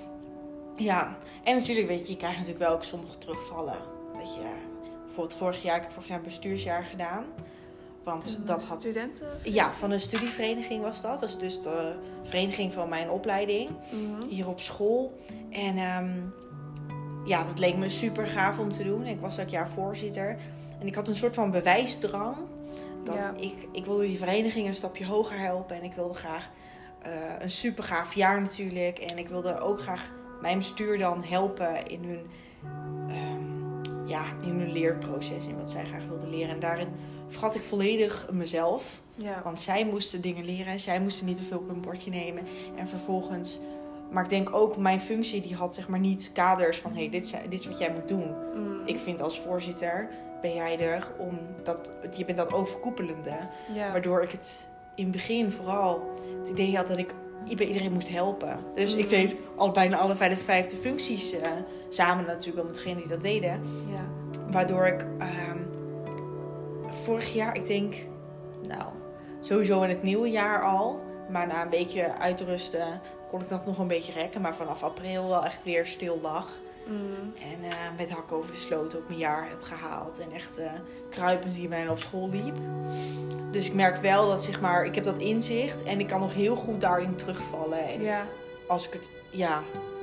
Ja, en natuurlijk, weet je, je krijgt natuurlijk wel ook sommige terugvallen. Dat je, bijvoorbeeld vorig jaar, ik heb vorig jaar een bestuursjaar gedaan. Want dat had... Studenten? Ja, van een studievereniging was dat. Dat is dus de vereniging van mijn opleiding. Mm-hmm. Hier op school. En um, ja, dat leek me super gaaf om te doen. Ik was dat jaar voorzitter. En ik had een soort van bewijsdrang. Dat Ja. ik, ik wilde die vereniging een stapje hoger helpen. En ik wilde graag uh, een super gaaf jaar natuurlijk. En ik wilde ook graag mijn bestuur dan helpen in hun, um, ja, in hun leerproces. In wat zij graag wilden leren. En daarin vergat ik volledig mezelf. Ja. Want zij moesten dingen leren. En zij moesten niet te veel op hun bordje nemen. En vervolgens... Maar ik denk ook, mijn functie die had zeg maar niet kaders van... hé, hey, dit, is, dit is wat jij moet doen. Mm. Ik vind als voorzitter ben jij er om... Dat, je bent dat overkoepelende. Ja. Waardoor ik het in het begin vooral het idee had dat ik bij iedereen moest helpen. Dus mm. ik deed al bijna alle vijf de vijfde functies uh, samen natuurlijk wel met degene die dat deden. Ja. Waardoor ik um, vorig jaar, ik denk... Nou, sowieso in het nieuwe jaar al... Maar na een beetje uitrusten kon ik dat nog een beetje rekken. Maar vanaf april wel echt weer stil lag. Mm. En uh, met hakken over de sloot ook mijn jaar heb gehaald. En echt uh, kruipend hier bijna op school liep. Dus ik merk wel dat, zeg maar, ik heb dat inzicht. En ik kan nog heel goed daarin terugvallen. En Ja. als ik het, ja.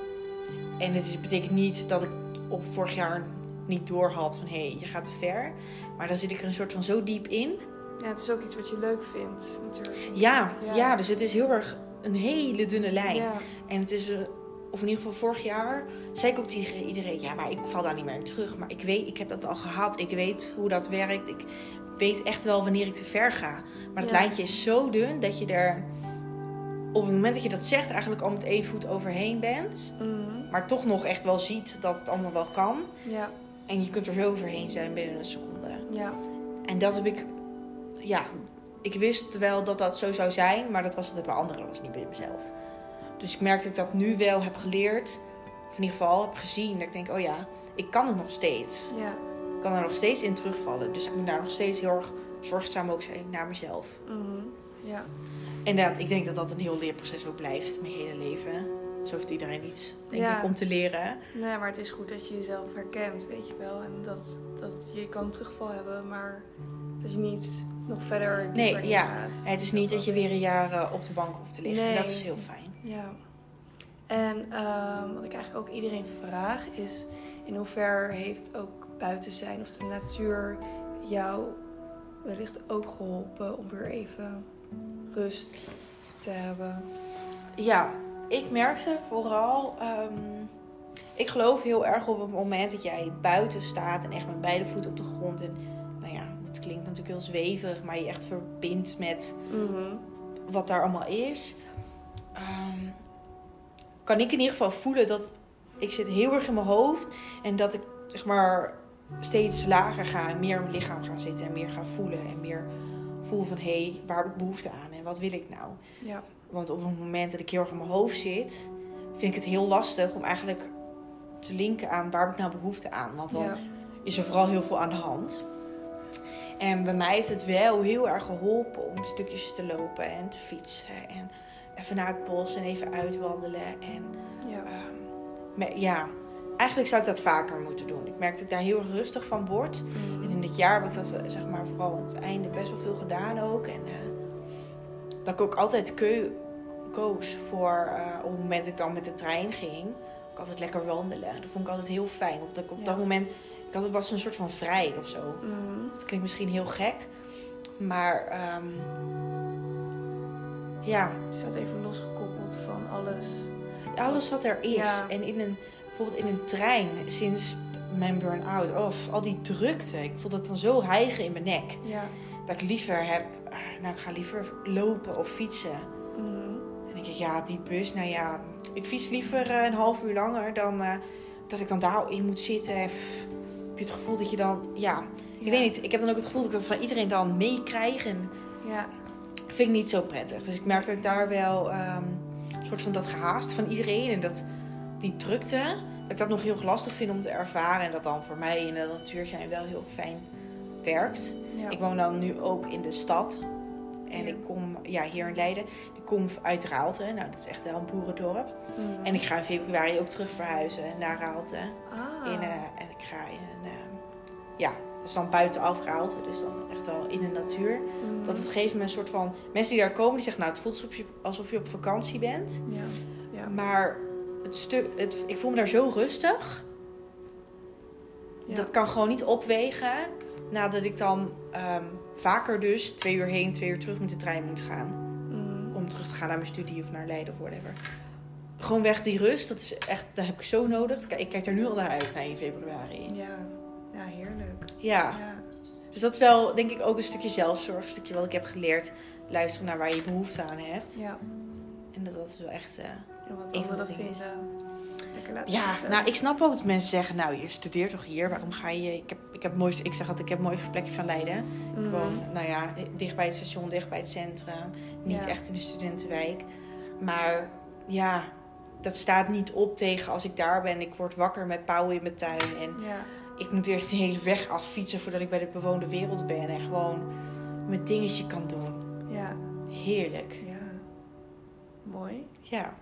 En het is, betekent niet dat ik op vorig jaar niet door had van... hé, hey, je gaat te ver. Maar dan zit ik er een soort van zo diep in... Ja, het is ook iets wat je leuk vindt, natuurlijk. Ja, Ja. ja, dus het is heel erg een hele dunne lijn. Ja. En het is, uh, of in ieder geval vorig jaar, zei ik ook tegen iedereen... ja, maar ik val daar niet meer in terug. Maar ik weet, ik heb dat al gehad. Ik weet hoe dat werkt. Ik weet echt wel wanneer ik te ver ga. Maar het Ja. lijntje is zo dun dat je er... op het moment dat je dat zegt eigenlijk al met één voet overheen bent... Mm. maar toch nog echt wel ziet dat het allemaal wel kan. Ja. En je kunt er zo overheen zijn binnen een seconde. Ja. En dat heb ik... Ja, ik wist wel dat dat zo zou zijn, maar dat was het bij anderen, dat was niet bij mezelf. Dus ik merk dat ik dat nu wel heb geleerd, of in ieder geval heb gezien. Dat ik denk, oh ja, ik kan het nog steeds. Ja. Ik kan er nog steeds in terugvallen. Dus ik moet daar nog steeds heel erg zorgzaam ook zijn naar mezelf. Mm. Ja. En dat, ik denk dat dat een heel leerproces ook blijft, mijn hele leven. Zo heeft iedereen iets, denk Ja. ik, om te leren. Nee, maar het is goed dat je jezelf herkent, weet je wel. En dat, dat je kan terugval hebben, maar dat je niet nog verder dieper Nee, in ja. gaat. Het is niet dat je weer een jaar uh, op de bank hoeft te liggen. Nee. Dat is heel fijn. Ja. En um, wat ik eigenlijk ook iedereen vraag is... in hoever heeft ook buiten zijn of de natuur jou wellicht ook geholpen... om weer even rust te hebben? Ja, ik merkte vooral... Um, ik geloof heel erg op het moment dat jij buiten staat... en echt met beide voeten op de grond. En nou ja, dat klinkt natuurlijk heel zweverig... maar je echt verbindt met Mm-hmm. wat daar allemaal is... Um, kan ik in ieder geval voelen dat... ik zit heel erg in mijn hoofd... en dat ik, zeg maar, steeds lager ga... en meer in mijn lichaam ga zitten... en meer ga voelen... en meer voel van... hé, hey, waar heb ik behoefte aan... en wat wil ik nou? Ja. Want op het moment dat ik heel erg in mijn hoofd zit... vind ik het heel lastig om eigenlijk te linken aan... waar heb ik nou behoefte aan? Want dan Ja. is er vooral heel veel aan de hand. En bij mij heeft het wel heel erg geholpen... om stukjes te lopen en te fietsen... en even naar het bos en even uitwandelen. En Ja. um, me, ja, eigenlijk zou ik dat vaker moeten doen. Ik merk dat ik daar heel erg rustig van word. Mm. En in dit jaar heb ik dat, zeg maar, vooral aan het einde best wel veel gedaan ook. En uh, dat ik ook altijd keu- koos voor, uh, op het moment dat ik dan met de trein ging... ik altijd lekker wandelen. Dat vond ik altijd heel fijn. Op dat, op Ja. dat moment ik had, was een soort van vrij of zo. Mm. Dat klinkt misschien heel gek. Maar um, ja... Je staat even losgekoppeld van alles. Alles wat er is. Ja. En in een, bijvoorbeeld in een trein, sinds mijn burn-out, of al die drukte. Ik voel dat dan zo hijgen in mijn nek. Ja. Dat ik liever heb, nou ik ga liever lopen of fietsen. Mm. En ik denk, ja, die bus, nou ja, ik fiets liever een half uur langer dan uh, dat ik dan daarin moet zitten. Pff, heb je het gevoel dat je dan... Ja, ik Ja. weet niet. Ik heb dan ook het gevoel dat ik dat van iedereen dan meekrijg. En Ja. vind ik niet zo prettig. Dus ik merk dat ik daar wel um, een soort van dat gehaast van iedereen. En dat die drukte. Dat ik dat nog heel lastig vind om te ervaren. En dat dan voor mij in de natuur zijn wel heel fijn werkt. Ja. Ik woon dan nu ook in de stad. En Ja. ik kom ja, hier in Leiden. Ik kom uit Raalte. Nou, dat is echt wel een boerendorp. Mm. En ik ga in februari ook terug verhuizen naar Raalte. Ah. In, uh, en ik ga in een... Uh, ja, dus dan buitenaf Raalte. Dus dan echt wel in de natuur. Mm. Dat het geeft me een soort van... Mensen die daar komen, die zeggen... Nou, het voelt alsof je, alsof je op vakantie bent. Ja. Ja. Maar het stuk, het, ik voel me daar zo rustig. Ja. Dat kan gewoon niet opwegen. Nadat ik dan um, vaker dus twee uur heen, twee uur terug met de trein moet gaan. Mm. Om terug te gaan naar mijn studie of naar Leiden of whatever. Gewoon weg die rust. Dat is echt, dat heb ik zo nodig. Ik kijk er nu al naar uit, naar één februari. Ja. Ja, heerlijk. Ja. Ja. Dus dat is wel, denk ik, ook een stukje zelfzorg. Een stukje wat ik heb geleerd. Luisteren naar waar je behoefte aan hebt. Ja. En dat, dat is wel echt... Uh, En wat Een van anderen de dingen vinden. Lekker laten ja, zitten. nou, ik snap ook dat mensen zeggen... Nou, je studeert toch hier? Waarom ga je... Ik, heb, ik, heb het mooiste, ik zeg altijd, ik heb het mooiste plekje van Leiden. Mm. Gewoon, nou ja, dicht bij het station, dicht bij het centrum. Niet Ja. echt in de studentenwijk. Maar ja, dat staat niet op tegen als ik daar ben. Ik word wakker met pauwen in mijn tuin. En Ja. ik moet eerst de hele weg affietsen voordat ik bij de bewoonde wereld ben. En gewoon mijn dingetje kan doen. Ja. Heerlijk. Ja. Mooi. Ja.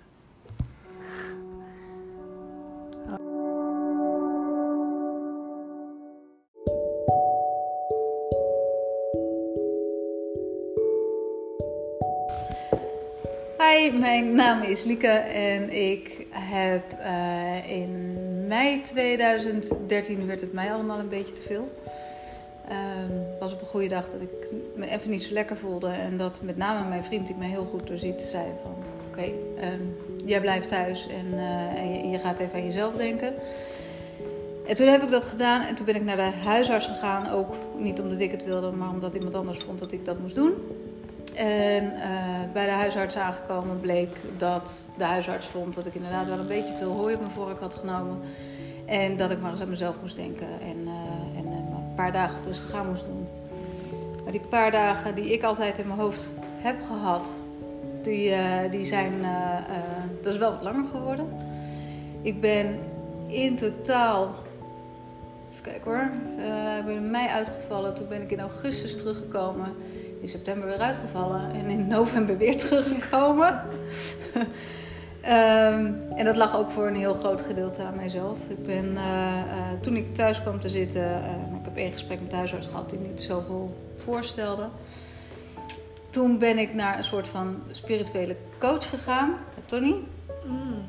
Hi, mijn naam is Lieke en ik heb uh, in mei tweeduizend dertien, werd het mij allemaal een beetje te veel. Het um, was op een goede dag dat ik me even niet zo lekker voelde en dat met name mijn vriend die me heel goed doorziet zei van oké, okay, um, jij blijft thuis en, uh, en je, je gaat even aan jezelf denken. En toen heb ik dat gedaan en toen ben ik naar de huisarts gegaan, ook niet omdat ik het wilde, maar omdat iemand anders vond dat ik dat moest doen. En uh, bij de huisarts aangekomen bleek dat de huisarts vond dat ik inderdaad wel een beetje veel hooi op mijn vork had genomen. En dat ik maar eens aan mezelf moest denken en, uh, en uh, een paar dagen rustig aan moest doen. Maar die paar dagen die ik altijd in mijn hoofd heb gehad, die, uh, die zijn, uh, uh, dat is wel wat langer geworden. Ik ben in totaal, even kijken hoor, uh, ik ben in mei uitgevallen, toen ben ik in augustus teruggekomen. In september weer uitgevallen en in november weer teruggekomen. um, en dat lag ook voor een heel groot gedeelte aan mijzelf. Ik ben, uh, uh, toen ik thuis kwam te zitten, uh, ik heb één gesprek met de huisarts gehad die niet zoveel voorstelde. Toen ben ik naar een soort van spirituele coach gegaan, Tony. Mm.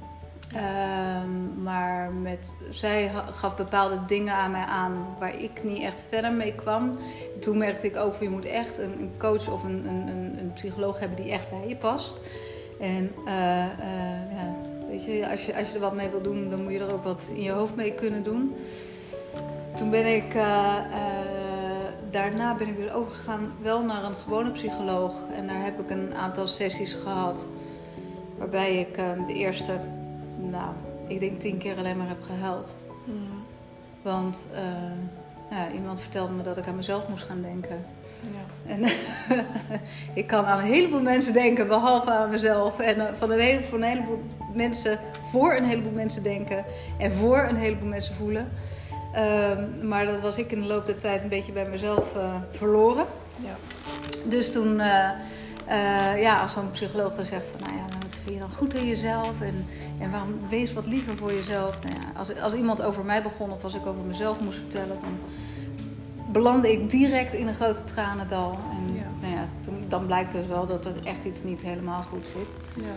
Um, maar met, zij gaf bepaalde dingen aan mij aan waar ik niet echt verder mee kwam. Toen merkte ik ook, je moet echt een, een coach of een, een, een psycholoog hebben die echt bij je past. En uh, uh, ja, weet je, als je, als je er wat mee wil doen, dan moet je er ook wat in je hoofd mee kunnen doen. Toen ben ik, uh, uh, daarna ben ik weer overgegaan wel naar een gewone psycholoog. En daar heb ik een aantal sessies gehad waarbij ik uh, de eerste... Nou, ik denk tien keer alleen maar heb gehuild. Mm. Want uh, ja, iemand vertelde me dat ik aan mezelf moest gaan denken. Ja. En ik kan aan een heleboel mensen denken, behalve aan mezelf. En uh, van een, hele, van een heleboel mensen, voor een heleboel mensen denken. En voor een heleboel mensen voelen. Uh, maar dat was ik in de loop der tijd een beetje bij mezelf uh, verloren. Ja. Dus toen... Uh, Uh, ja, als zo'n psycholoog dan zegt van, nou ja, wat vind je dan goed aan jezelf en, en waarom wees wat liever voor jezelf. Nou ja, als, als iemand over mij begon of als ik over mezelf moest vertellen, dan belandde ik direct in een grote tranendal. En Ja. nou ja, toen, dan blijkt dus wel dat er echt iets niet helemaal goed zit. Ja.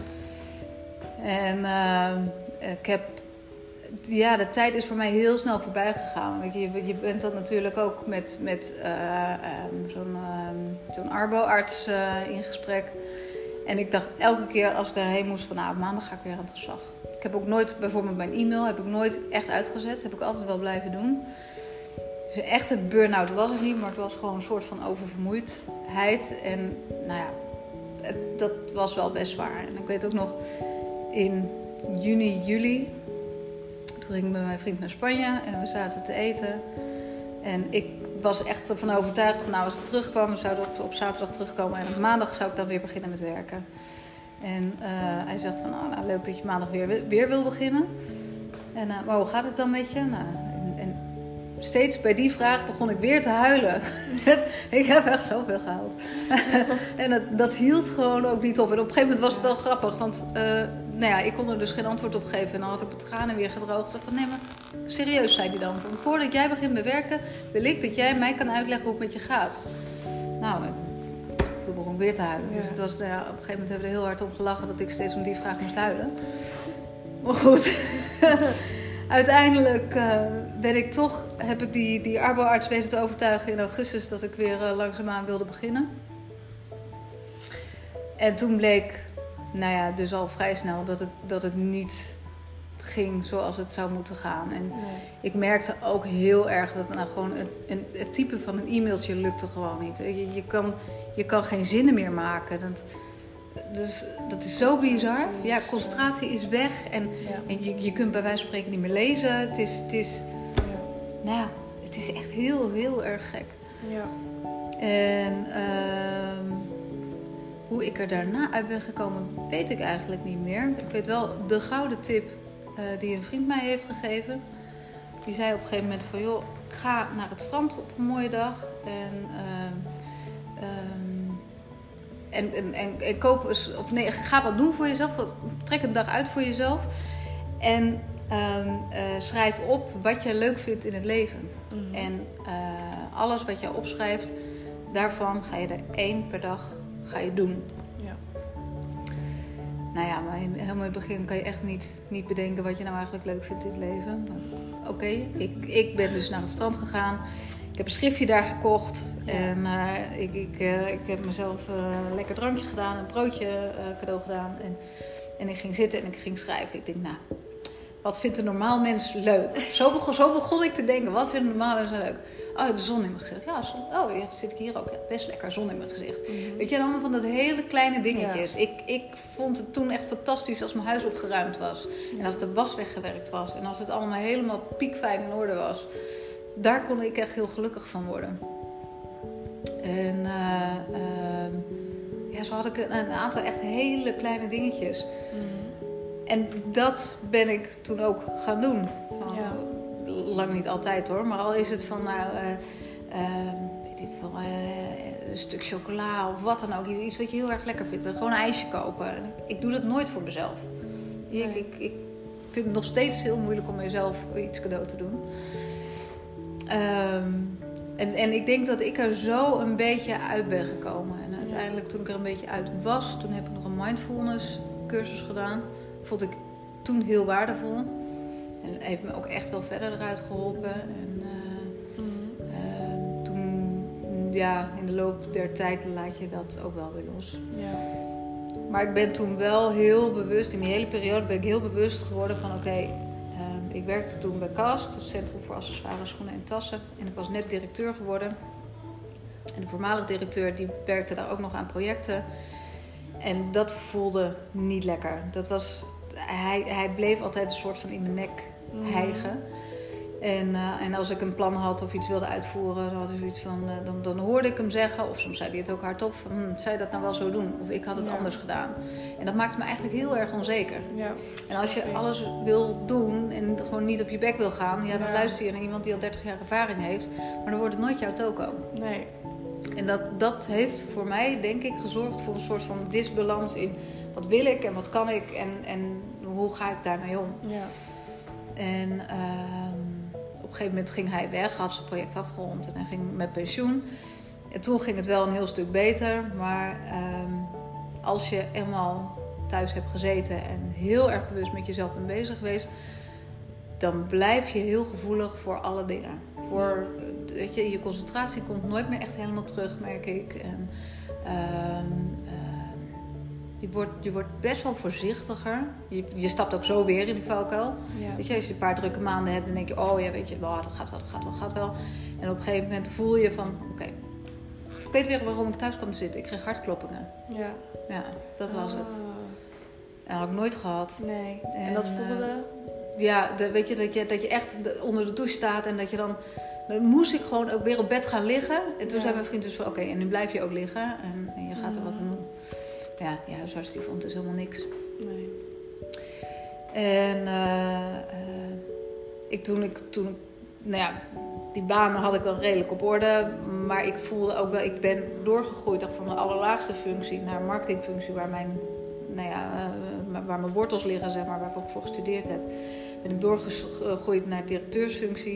En uh, ik heb, ja, de tijd is voor mij heel snel voorbij gegaan. Je, je bent dan natuurlijk ook met, met uh, um, zo'n, um, zo'n arbo-arts uh, in gesprek. En ik dacht elke keer als ik daarheen moest van, nou, maandag ga ik weer aan de slag. Ik heb ook nooit, bijvoorbeeld mijn e-mail, heb ik nooit echt uitgezet. Heb ik altijd wel blijven doen. Dus een echte burn-out was het niet, maar het was gewoon een soort van oververmoeidheid. En nou ja, het, dat was wel best zwaar. En ik weet ook nog, in juni, juli... Toen ging bij mijn vriend naar Spanje en we zaten te eten. En ik was echt ervan overtuigd van nou, als ik terugkwam, we zouden op, op zaterdag terugkomen en op maandag zou ik dan weer beginnen met werken. En uh, hij zegt van oh, nou, leuk dat je maandag weer, weer wil beginnen. En, uh, maar hoe gaat het dan met je? Nou, en, en steeds bij die vraag begon ik weer te huilen. Ik heb echt zoveel gehuild. En dat, dat hield gewoon ook niet op. En op een gegeven moment was het wel grappig, want uh, nou ja, ik kon er dus geen antwoord op geven. En dan had ik mijn tranen weer gedroogd. Ik dacht van nee, maar serieus, zei hij dan. Voordat jij begint met werken, wil ik dat jij mij kan uitleggen hoe het met je gaat. Nou, toen begon ik weer te huilen. Ja. Dus het was, ja, op een gegeven moment hebben we er heel hard om gelachen dat ik steeds om die vraag moest huilen. Maar goed, uiteindelijk uh, ben ik toch, heb ik die, die arboarts weten te overtuigen in augustus dat ik weer uh, langzaamaan wilde beginnen. En toen bleek, nou ja, dus al vrij snel dat het, dat het niet ging zoals het zou moeten gaan. En nee. Ik merkte ook heel erg dat nou gewoon een, een, het typen van een e-mailtje lukte gewoon niet. Je, je, kan, je kan geen zinnen meer maken. Dat, dus, dat is zo bizar. Ja, concentratie is weg. En, ja. en je, je kunt bij wijze van spreken niet meer lezen. Het is, het is, ja. nou, het is echt heel, heel erg gek. Ja. En uh, hoe ik er daarna uit ben gekomen, weet ik eigenlijk niet meer. Ik weet wel de gouden tip uh, die een vriend mij heeft gegeven. Die zei op een gegeven moment van, joh, ga naar het strand op een mooie dag. En... Uh, um, En, en, en, en koop eens, of nee, ga wat doen voor jezelf. Trek een dag uit voor jezelf. En um, uh, schrijf op wat je leuk vindt in het leven. Mm-hmm. En uh, alles wat je opschrijft, daarvan ga je er één per dag ga je doen. Ja. Nou ja, maar helemaal in het begin kan je echt niet, niet bedenken wat je nou eigenlijk leuk vindt in het leven. Oké, okay, ik, ik ben dus naar het strand gegaan. Ik heb een schriftje daar gekocht. Ja. En uh, ik, ik, uh, ik heb mezelf uh, een lekker drankje gedaan, een broodje uh, cadeau gedaan. En, en ik ging zitten en ik ging schrijven. Ik denk, nou, wat vindt een normaal mens leuk? Zo begon, zo begon ik te denken, wat vindt een normaal mens leuk? Oh, de zon in mijn gezicht. Ja, zon. Oh, ja, zit ik hier ook. Ja, best lekker zon in mijn gezicht. Mm-hmm. Weet je, allemaal van dat hele kleine dingetjes. Ja. Ik, ik vond het toen echt fantastisch als mijn huis opgeruimd was. Ja. En als de was weggewerkt was. En als het allemaal helemaal piekfijn in orde was. Daar kon ik echt heel gelukkig van worden. En uh, uh, ja, zo had ik een, een aantal echt hele kleine dingetjes. Mm. En dat ben ik toen ook gaan doen. Nou, ja. Lang niet altijd hoor, maar al is het van nou, uh, uh, weet ik veel, uh, een stuk chocola of wat dan ook. Iets wat je heel erg lekker vindt. Gewoon een ijsje kopen. Ik doe dat nooit voor mezelf. Nee. Ik, ik, ik vind het nog steeds heel moeilijk om mezelf iets cadeau te doen. Um, en, en ik denk dat ik er zo een beetje uit ben gekomen. En uiteindelijk toen ik er een beetje uit was, toen heb ik nog een mindfulness cursus gedaan. Dat vond ik toen heel waardevol. En het heeft me ook echt wel verder eruit geholpen. En uh, mm-hmm. uh, toen, ja, in de loop der tijd laat je dat ook wel weer los. Ja. Maar ik ben toen wel heel bewust, in die hele periode ben ik heel bewust geworden van oké, okay, ik werkte toen bij Cast, het Centrum voor Accessoires, Schoenen en Tassen. En ik was net directeur geworden. En de voormalige directeur die werkte daar ook nog aan projecten. En dat voelde niet lekker. Dat was, hij, hij bleef altijd een soort van in mijn nek hijgen. Mm. En, uh, en als ik een plan had of iets wilde uitvoeren, dan had hij zoiets van, uh, dan, dan hoorde ik hem zeggen. Of soms zei hij het ook hardop van, hm, zou je dat nou wel zo doen? Of ik had het ja. anders gedaan. En dat maakte me eigenlijk heel erg onzeker. Ja. En als je alles wil doen en gewoon niet op je bek wil gaan, ja, dan ja. luister je naar iemand die al dertig jaar ervaring heeft. Maar dan wordt het nooit jouw toko. Nee. En dat, dat heeft voor mij, denk ik, gezorgd voor een soort van disbalans in wat wil ik en wat kan ik en, en hoe ga ik daarmee om. Ja. En um, op een gegeven moment ging hij weg, had zijn project afgerond en hij ging met pensioen. En toen ging het wel een heel stuk beter, maar um, als je eenmaal thuis hebt gezeten en heel erg bewust met jezelf bent bezig geweest, dan blijf je heel gevoelig voor alle dingen. Voor, weet je, je concentratie komt nooit meer echt helemaal terug, merk ik. En, um, uh, je, wordt, je wordt best wel voorzichtiger. Je, je stapt ook zo weer in die valkuil. Ja. Weet je, als je een paar drukke maanden hebt, dan denk je, oh ja, weet je, oh, dat gaat wel, dat gaat wel, dat gaat wel. En op een gegeven moment voel je van, oké, okay, ik weet weer waarom ik thuis kwam te zitten. Ik kreeg hartkloppingen. Ja. Ja, dat was ah. het. Dat had ik nooit gehad. Nee. En, en dat voelde? ja, de, weet je, dat je, dat je echt de, onder de douche staat en dat je dan... Dan moest ik gewoon ook weer op bed gaan liggen. En toen ja. zei mijn vriend dus van, oké, okay, en nu blijf je ook liggen. En, en je gaat er wat aan doen. Ja, die huisarts die vond dus helemaal niks. Nee. En uh, uh, ik, toen ik, toen, nou ja, die banen had ik wel redelijk op orde. Maar ik voelde ook wel, ik ben doorgegroeid van de allerlaagste functie naar een marketingfunctie. Waar mijn, nou ja, uh, waar mijn wortels liggen, zeg maar, waar ik ook voor gestudeerd heb. Ben ik doorgegroeid naar directeursfunctie.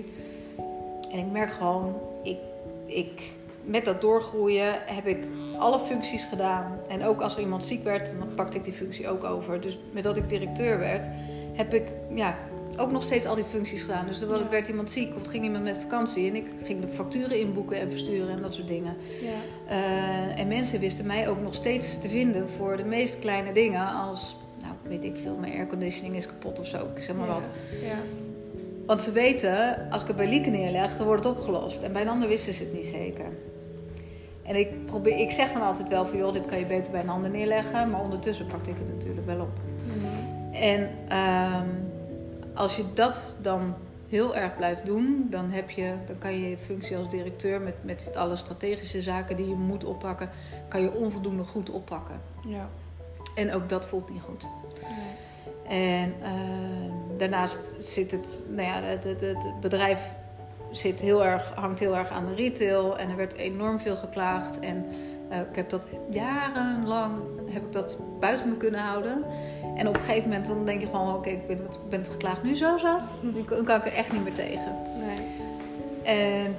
En ik merk gewoon, ik, ik, met dat doorgroeien heb ik alle functies gedaan. En ook als er iemand ziek werd, dan pakte ik die functie ook over. Dus met dat ik directeur werd, heb ik ja, ook nog steeds al die functies gedaan. Dus er werd iemand ziek of ging iemand met vakantie. En ik ging de facturen inboeken en versturen en dat soort dingen. Ja. Uh, en mensen wisten mij ook nog steeds te vinden voor de meest kleine dingen. Als, nou weet ik veel, mijn airconditioning is kapot of zo. Ik zeg maar ja. wat. Ja. Want ze weten, als ik het bij Lieke neerleg, dan wordt het opgelost. En bij een ander wisten ze het niet zeker. En ik, probeer, ik zeg dan altijd wel van, joh, dit kan je beter bij een ander neerleggen. Maar ondertussen pakte ik het natuurlijk wel op. Mm-hmm. En um, als je dat dan heel erg blijft doen, dan, heb je, dan kan je je functie als directeur met, met alle strategische zaken die je moet oppakken, kan je onvoldoende goed oppakken. Ja. En ook dat voelt niet goed. Nee. En uh, daarnaast zit het, nou ja, het, het, het bedrijf zit heel erg, hangt heel erg aan de retail en er werd enorm veel geklaagd. En uh, ik heb dat jarenlang heb ik dat buiten me kunnen houden. En op een gegeven moment dan denk je gewoon, oké, okay, ik ben, ben het geklaagd nu zo zat. Dan kan ik er echt niet meer tegen. Nee. En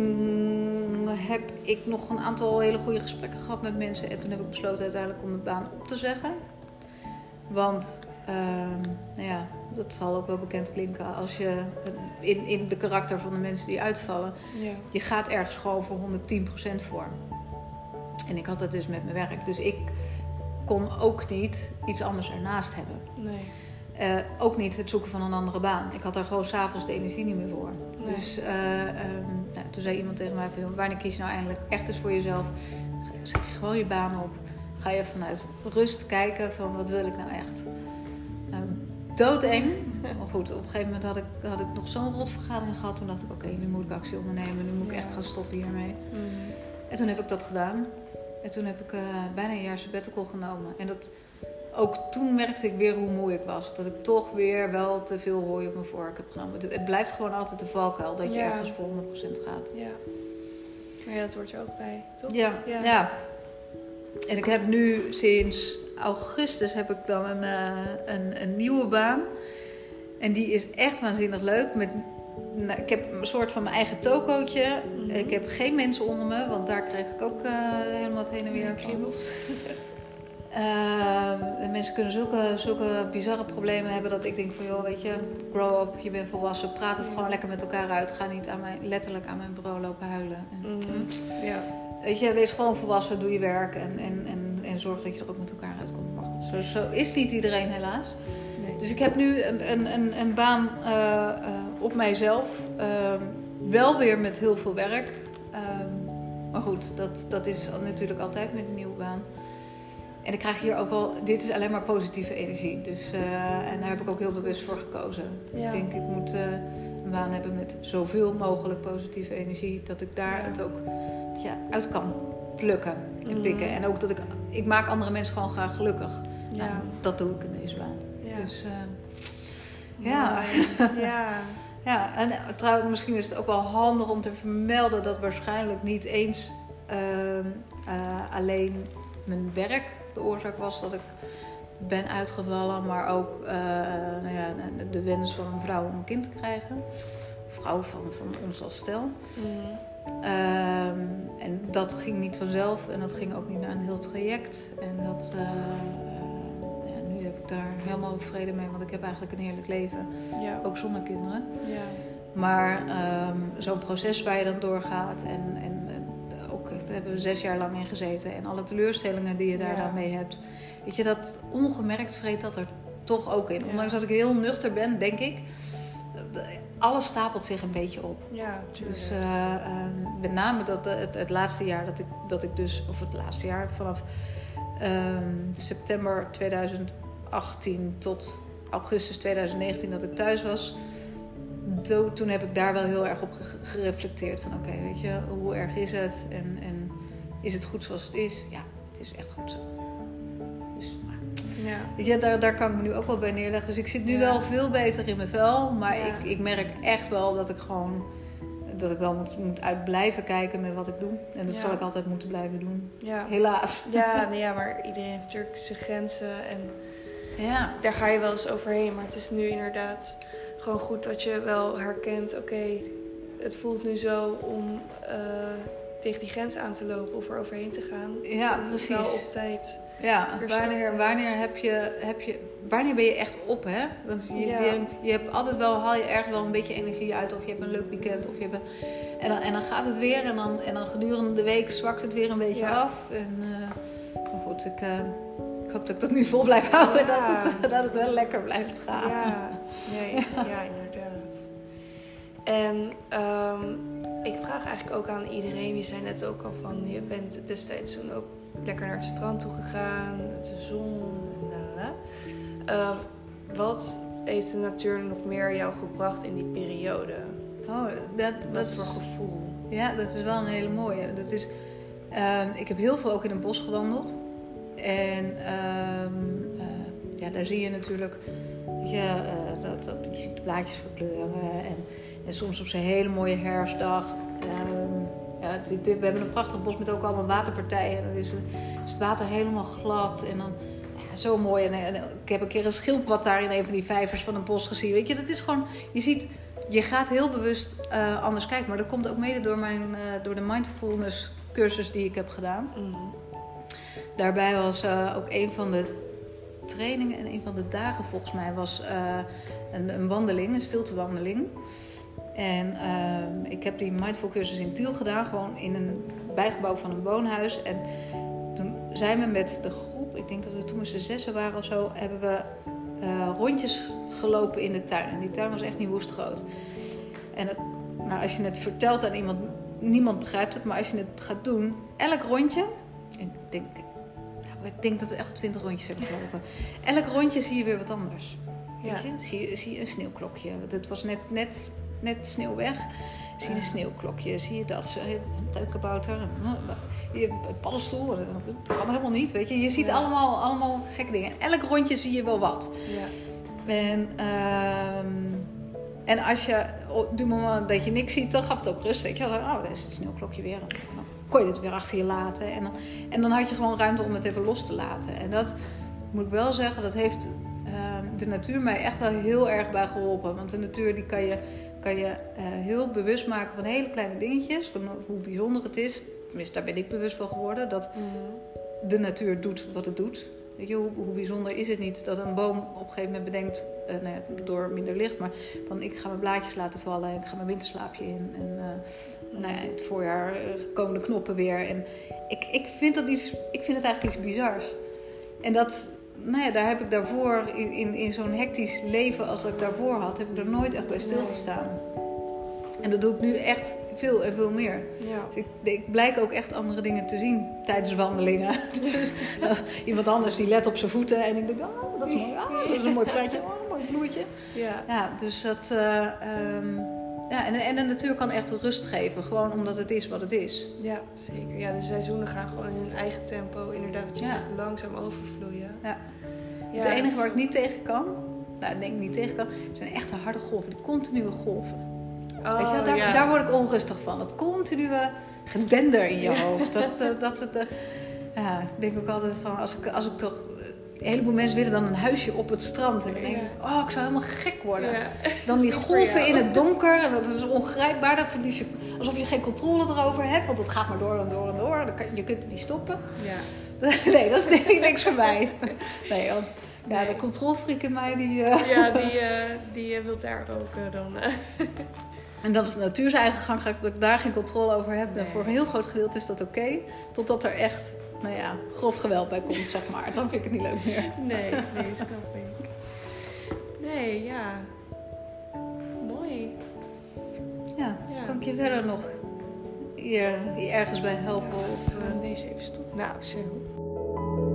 toen heb ik nog een aantal hele goede gesprekken gehad met mensen. En toen heb ik besloten uiteindelijk om mijn baan op te zeggen. Want... Uh, nou ja, dat zal ook wel bekend klinken als je in, in de karakter van de mensen die uitvallen, ja. je gaat ergens gewoon voor honderdtien procent voor. En ik had dat dus met mijn werk. Dus ik kon ook niet iets anders ernaast hebben. Nee. Uh, ook niet het zoeken van een andere baan. Ik had daar gewoon 's avonds de energie niet meer voor. Nee. Dus uh, um, nou, toen zei iemand tegen mij van, wanneer kies je nou eindelijk echt eens voor jezelf? Zeg je gewoon je baan op. Ga je vanuit rust kijken van, wat wil ik nou echt? Nou, doodeng. Maar goed, op een gegeven moment had ik, had ik nog zo'n rotvergadering gehad. Toen dacht ik, oké, okay, nu moet ik actie ondernemen. Nu moet ik echt gaan stoppen hiermee. Mm. En toen heb ik dat gedaan. En toen heb ik uh, bijna een jaar sabbatical genomen. En dat, ook toen merkte ik weer hoe moe ik was. Dat ik toch weer wel te veel hooi op mijn vork heb genomen. Het, het blijft gewoon altijd de valkuil. Dat je ja. ergens voor honderd procent gaat. Ja. Maar ja, dat hoort er ook bij, toch? Ja, ja. ja. En ik heb nu sinds augustus heb ik dan een, uh, een, een nieuwe baan. En die is echt waanzinnig leuk. Met, nou, ik heb een soort van mijn eigen tokootje. Mm-hmm. Ik heb geen mensen onder me, want daar kreeg ik ook uh, helemaal het heen en weer kriebels. uh, de mensen kunnen zulke, zulke bizarre problemen hebben dat ik denk van, joh, weet je, grow up, je bent volwassen, praat het gewoon lekker met elkaar uit. Ga niet aan mijn, letterlijk aan mijn bureau lopen huilen. En, mm-hmm. ja. Weet je, wees gewoon volwassen, doe je werk en, en, en, en zorg dat je er ook met elkaar uitkomt. Maar goed, zo, zo is niet iedereen helaas. Nee. Dus ik heb nu een, een, een, een baan uh, uh, op mijzelf. Uh, wel weer met heel veel werk. Uh, maar goed, dat, dat is natuurlijk altijd met een nieuwe baan. En ik krijg hier ook wel... Dit is alleen maar positieve energie. Dus, uh, en daar heb ik ook heel bewust voor gekozen. Ja. Ik denk, ik moet uh, een baan hebben met zoveel mogelijk positieve energie. Dat ik daar ja. het ook ja, uit kan plukken en pikken. Mm. En ook dat ik... Ik maak andere mensen gewoon graag gelukkig. Ja. Nou, dat doe ik in deze baan. Ja. Dus uh, ja. ja. ja. En trouwens, misschien is het ook wel handig om te vermelden dat waarschijnlijk niet eens uh, uh, alleen mijn werk de oorzaak was dat ik ben uitgevallen, maar ook uh, nou ja, de wens van een vrouw om een kind te krijgen. Een vrouw van, van ons als stel. Mm. Um, en dat ging niet vanzelf en dat ging ook niet naar een heel traject. En dat, uh, uh, ja, nu heb ik daar helemaal vrede mee, want ik heb eigenlijk een heerlijk leven. Ja. Ook zonder kinderen. Ja. Maar um, zo'n proces waar je dan doorgaat en, en, en ook, daar hebben we zes jaar lang in gezeten. En alle teleurstellingen die je daar ja. dan mee hebt. Weet je, dat ongemerkt vreet dat er toch ook in. Ondanks ja. dat ik heel nuchter ben, denk ik. Alles stapelt zich een beetje op. Ja, tuurlijk. Dus uh, uh, met name dat, uh, het, het laatste jaar dat ik, dat ik dus... Of het laatste jaar vanaf uh, september tweeduizend achttien tot augustus twintig negentien dat ik thuis was. To, toen heb ik daar wel heel erg op gereflecteerd. Van oké, okay, weet je, hoe erg is het? En, en is het goed zoals het is? Ja, het is echt goed zo. Dus, ja. Weet je, daar, daar kan ik me nu ook wel bij neerleggen. Dus ik zit nu ja. wel veel beter in mijn vel. Maar ja. ik, ik merk echt wel dat ik gewoon... dat ik wel moet, moet uit blijven kijken met wat ik doe. En dat ja. zal ik altijd moeten blijven doen. Ja. Helaas. Ja, nee, ja, maar iedereen heeft natuurlijk zijn grenzen. En ja. daar ga je wel eens overheen. Maar het is nu inderdaad gewoon goed dat je wel herkent... oké, okay, het voelt nu zo om uh, tegen die grens aan te lopen of er overheen te gaan. Ja, en precies. wel op tijd. Ja, wanneer, wanneer, heb je, heb je, wanneer ben je echt op, hè? Want je, ja. je, je hebt altijd wel, haal je ergens wel een beetje energie uit. Of je hebt een leuk weekend. Of je hebt een, en, dan, en dan gaat het weer. En dan, en dan gedurende de week zwakt het weer een beetje ja. af. En, uh, maar goed, ik, uh, ik hoop dat ik dat nu vol blijf houden. Ja. Dat, het, dat het wel lekker blijft gaan. Ja, ja, ja inderdaad. En um, ik vraag eigenlijk ook aan iedereen. Je zei net ook al van, je bent destijds toen ook lekker naar het strand toe gegaan, de zon en la uh, wat heeft de natuur nog meer jou gebracht in die periode? Oh, dat, wat dat voor is, gevoel? Ja, dat is wel een hele mooie. Dat is, uh, ik heb heel veel ook in het bos gewandeld. En uh, uh, ja, daar zie je natuurlijk, ja, uh, dat, dat, je ziet de blaadjes verkleuren. En, en soms op zo'n hele mooie herfstdag. Um, Ja, het, het, we hebben een prachtig bos met ook allemaal waterpartijen. En dan is het, is het water helemaal glad. En dan, ja, zo mooi. En, en ik heb een keer een schildpad daar in een van die vijvers van een bos gezien. Weet je, dat is gewoon... Je ziet, je gaat heel bewust uh, anders kijken. Maar dat komt ook mede door, mijn, uh, door de mindfulness cursus die ik heb gedaan. Mm-hmm. Daarbij was uh, ook een van de trainingen en een van de dagen volgens mij was uh, een, een wandeling, een stiltewandeling. En uh, ik heb die mindful cursus in Tiel gedaan, gewoon in een bijgebouw van een woonhuis. En toen zijn we met de groep, ik denk dat we toen met z'n zessen waren of zo, hebben we uh, rondjes gelopen in de tuin. En die tuin was echt niet woest groot. En het, nou, als je het vertelt aan iemand, niemand begrijpt het, maar als je het gaat doen, elk rondje, en ik denk, nou, ik denk dat we echt twintig rondjes hebben gelopen. Elk rondje zie je weer wat anders. Ja. Weet je? Zie, je, zie je een sneeuwklokje. Het was net, net, net sneeuw weg. Zie je een sneeuwklokje. Zie je dat. Een tuinkabouter. Een paddenstoel. Dat kan helemaal niet. Weet je. Je ziet ja. allemaal, allemaal gekke dingen. En elk rondje zie je wel wat. Ja. En, um, en als je op het moment dat je niks ziet, dan gaf het ook rust. Weet je. Oh, daar is het sneeuwklokje weer. Dan kon je het weer achter je laten. En dan, en dan had je gewoon ruimte om het even los te laten. En dat moet ik wel zeggen, dat heeft de natuur mij echt wel heel erg bij geholpen. Want de natuur die kan je, kan je uh, heel bewust maken van hele kleine dingetjes. Van hoe bijzonder het is. Tenminste, daar ben ik bewust van geworden. Dat mm. de natuur doet wat het doet. Weet je, hoe, hoe bijzonder is het niet dat een boom op een gegeven moment bedenkt, uh, nou ja, door minder licht, maar van ik ga mijn blaadjes laten vallen en ik ga mijn winterslaapje in. En uh, mm. nou ja, in het voorjaar uh, komen de knoppen weer. En ik, ik, vind dat iets, ik vind het eigenlijk iets bizars. En dat... Nou ja, daar heb ik daarvoor, in, in, in zo'n hectisch leven als dat ik daarvoor had, heb ik er nooit echt bij stilgestaan. Nee. En dat doe ik nu echt veel en veel meer. Ja. Dus ik, ik blijk ook echt andere dingen te zien tijdens wandelingen. Iemand anders die let op zijn voeten en ik denk, oh, dat is mooi, oh, dat is een mooi praatje, oh, een mooi bloertje. Ja. Ja, dus dat... Uh, um, ja, en, en de natuur kan echt rust geven, gewoon omdat het is wat het is. Ja, zeker. Ja, de seizoenen gaan gewoon in hun eigen tempo, inderdaad, wat je ja. zegt, langzaam overvloeien. Ja. Ja, het enige waar ik niet tegen kan, nou, ik denk niet tegen kan, zijn echte harde golven, die continue golven. Oh, weet je, daar, ja. daar word ik onrustig van. Dat continue gedender in je hoofd. Dat, uh, dat het, uh, ja, ik denk ook altijd van, als ik, als ik toch... Een heleboel mensen willen dan een huisje op het strand. En dan denk ik, oh, ik zou helemaal gek worden. Ja. Dan die golven in het donker. En dat is ongrijpbaar. Dat verlies je, alsof je geen controle erover hebt. Want het gaat maar door en door en door. Dan kan, je kunt het niet stoppen. Ja. Nee, dat is denk ik niks voor mij. Nee, want, ja, nee. De controlfreak in mij die... Uh... Ja, die, uh, die uh, wil daar ook uh, dan... Uh... En dat is de natuur zijn eigen gang. Dat ik daar geen controle over heb. Nee. Voor een heel groot gedeelte is dat oké. Okay, totdat er echt... nou ja, grof geweld bij komt, zeg maar. Dan vind ik het niet leuk meer. Nee, nee, snap ik. Nee, ja. Mooi. Ja, ja. Kan ik je verder nog hier, hier ergens bij helpen? Ja, of uh, deze even stoppen. Nou, zo.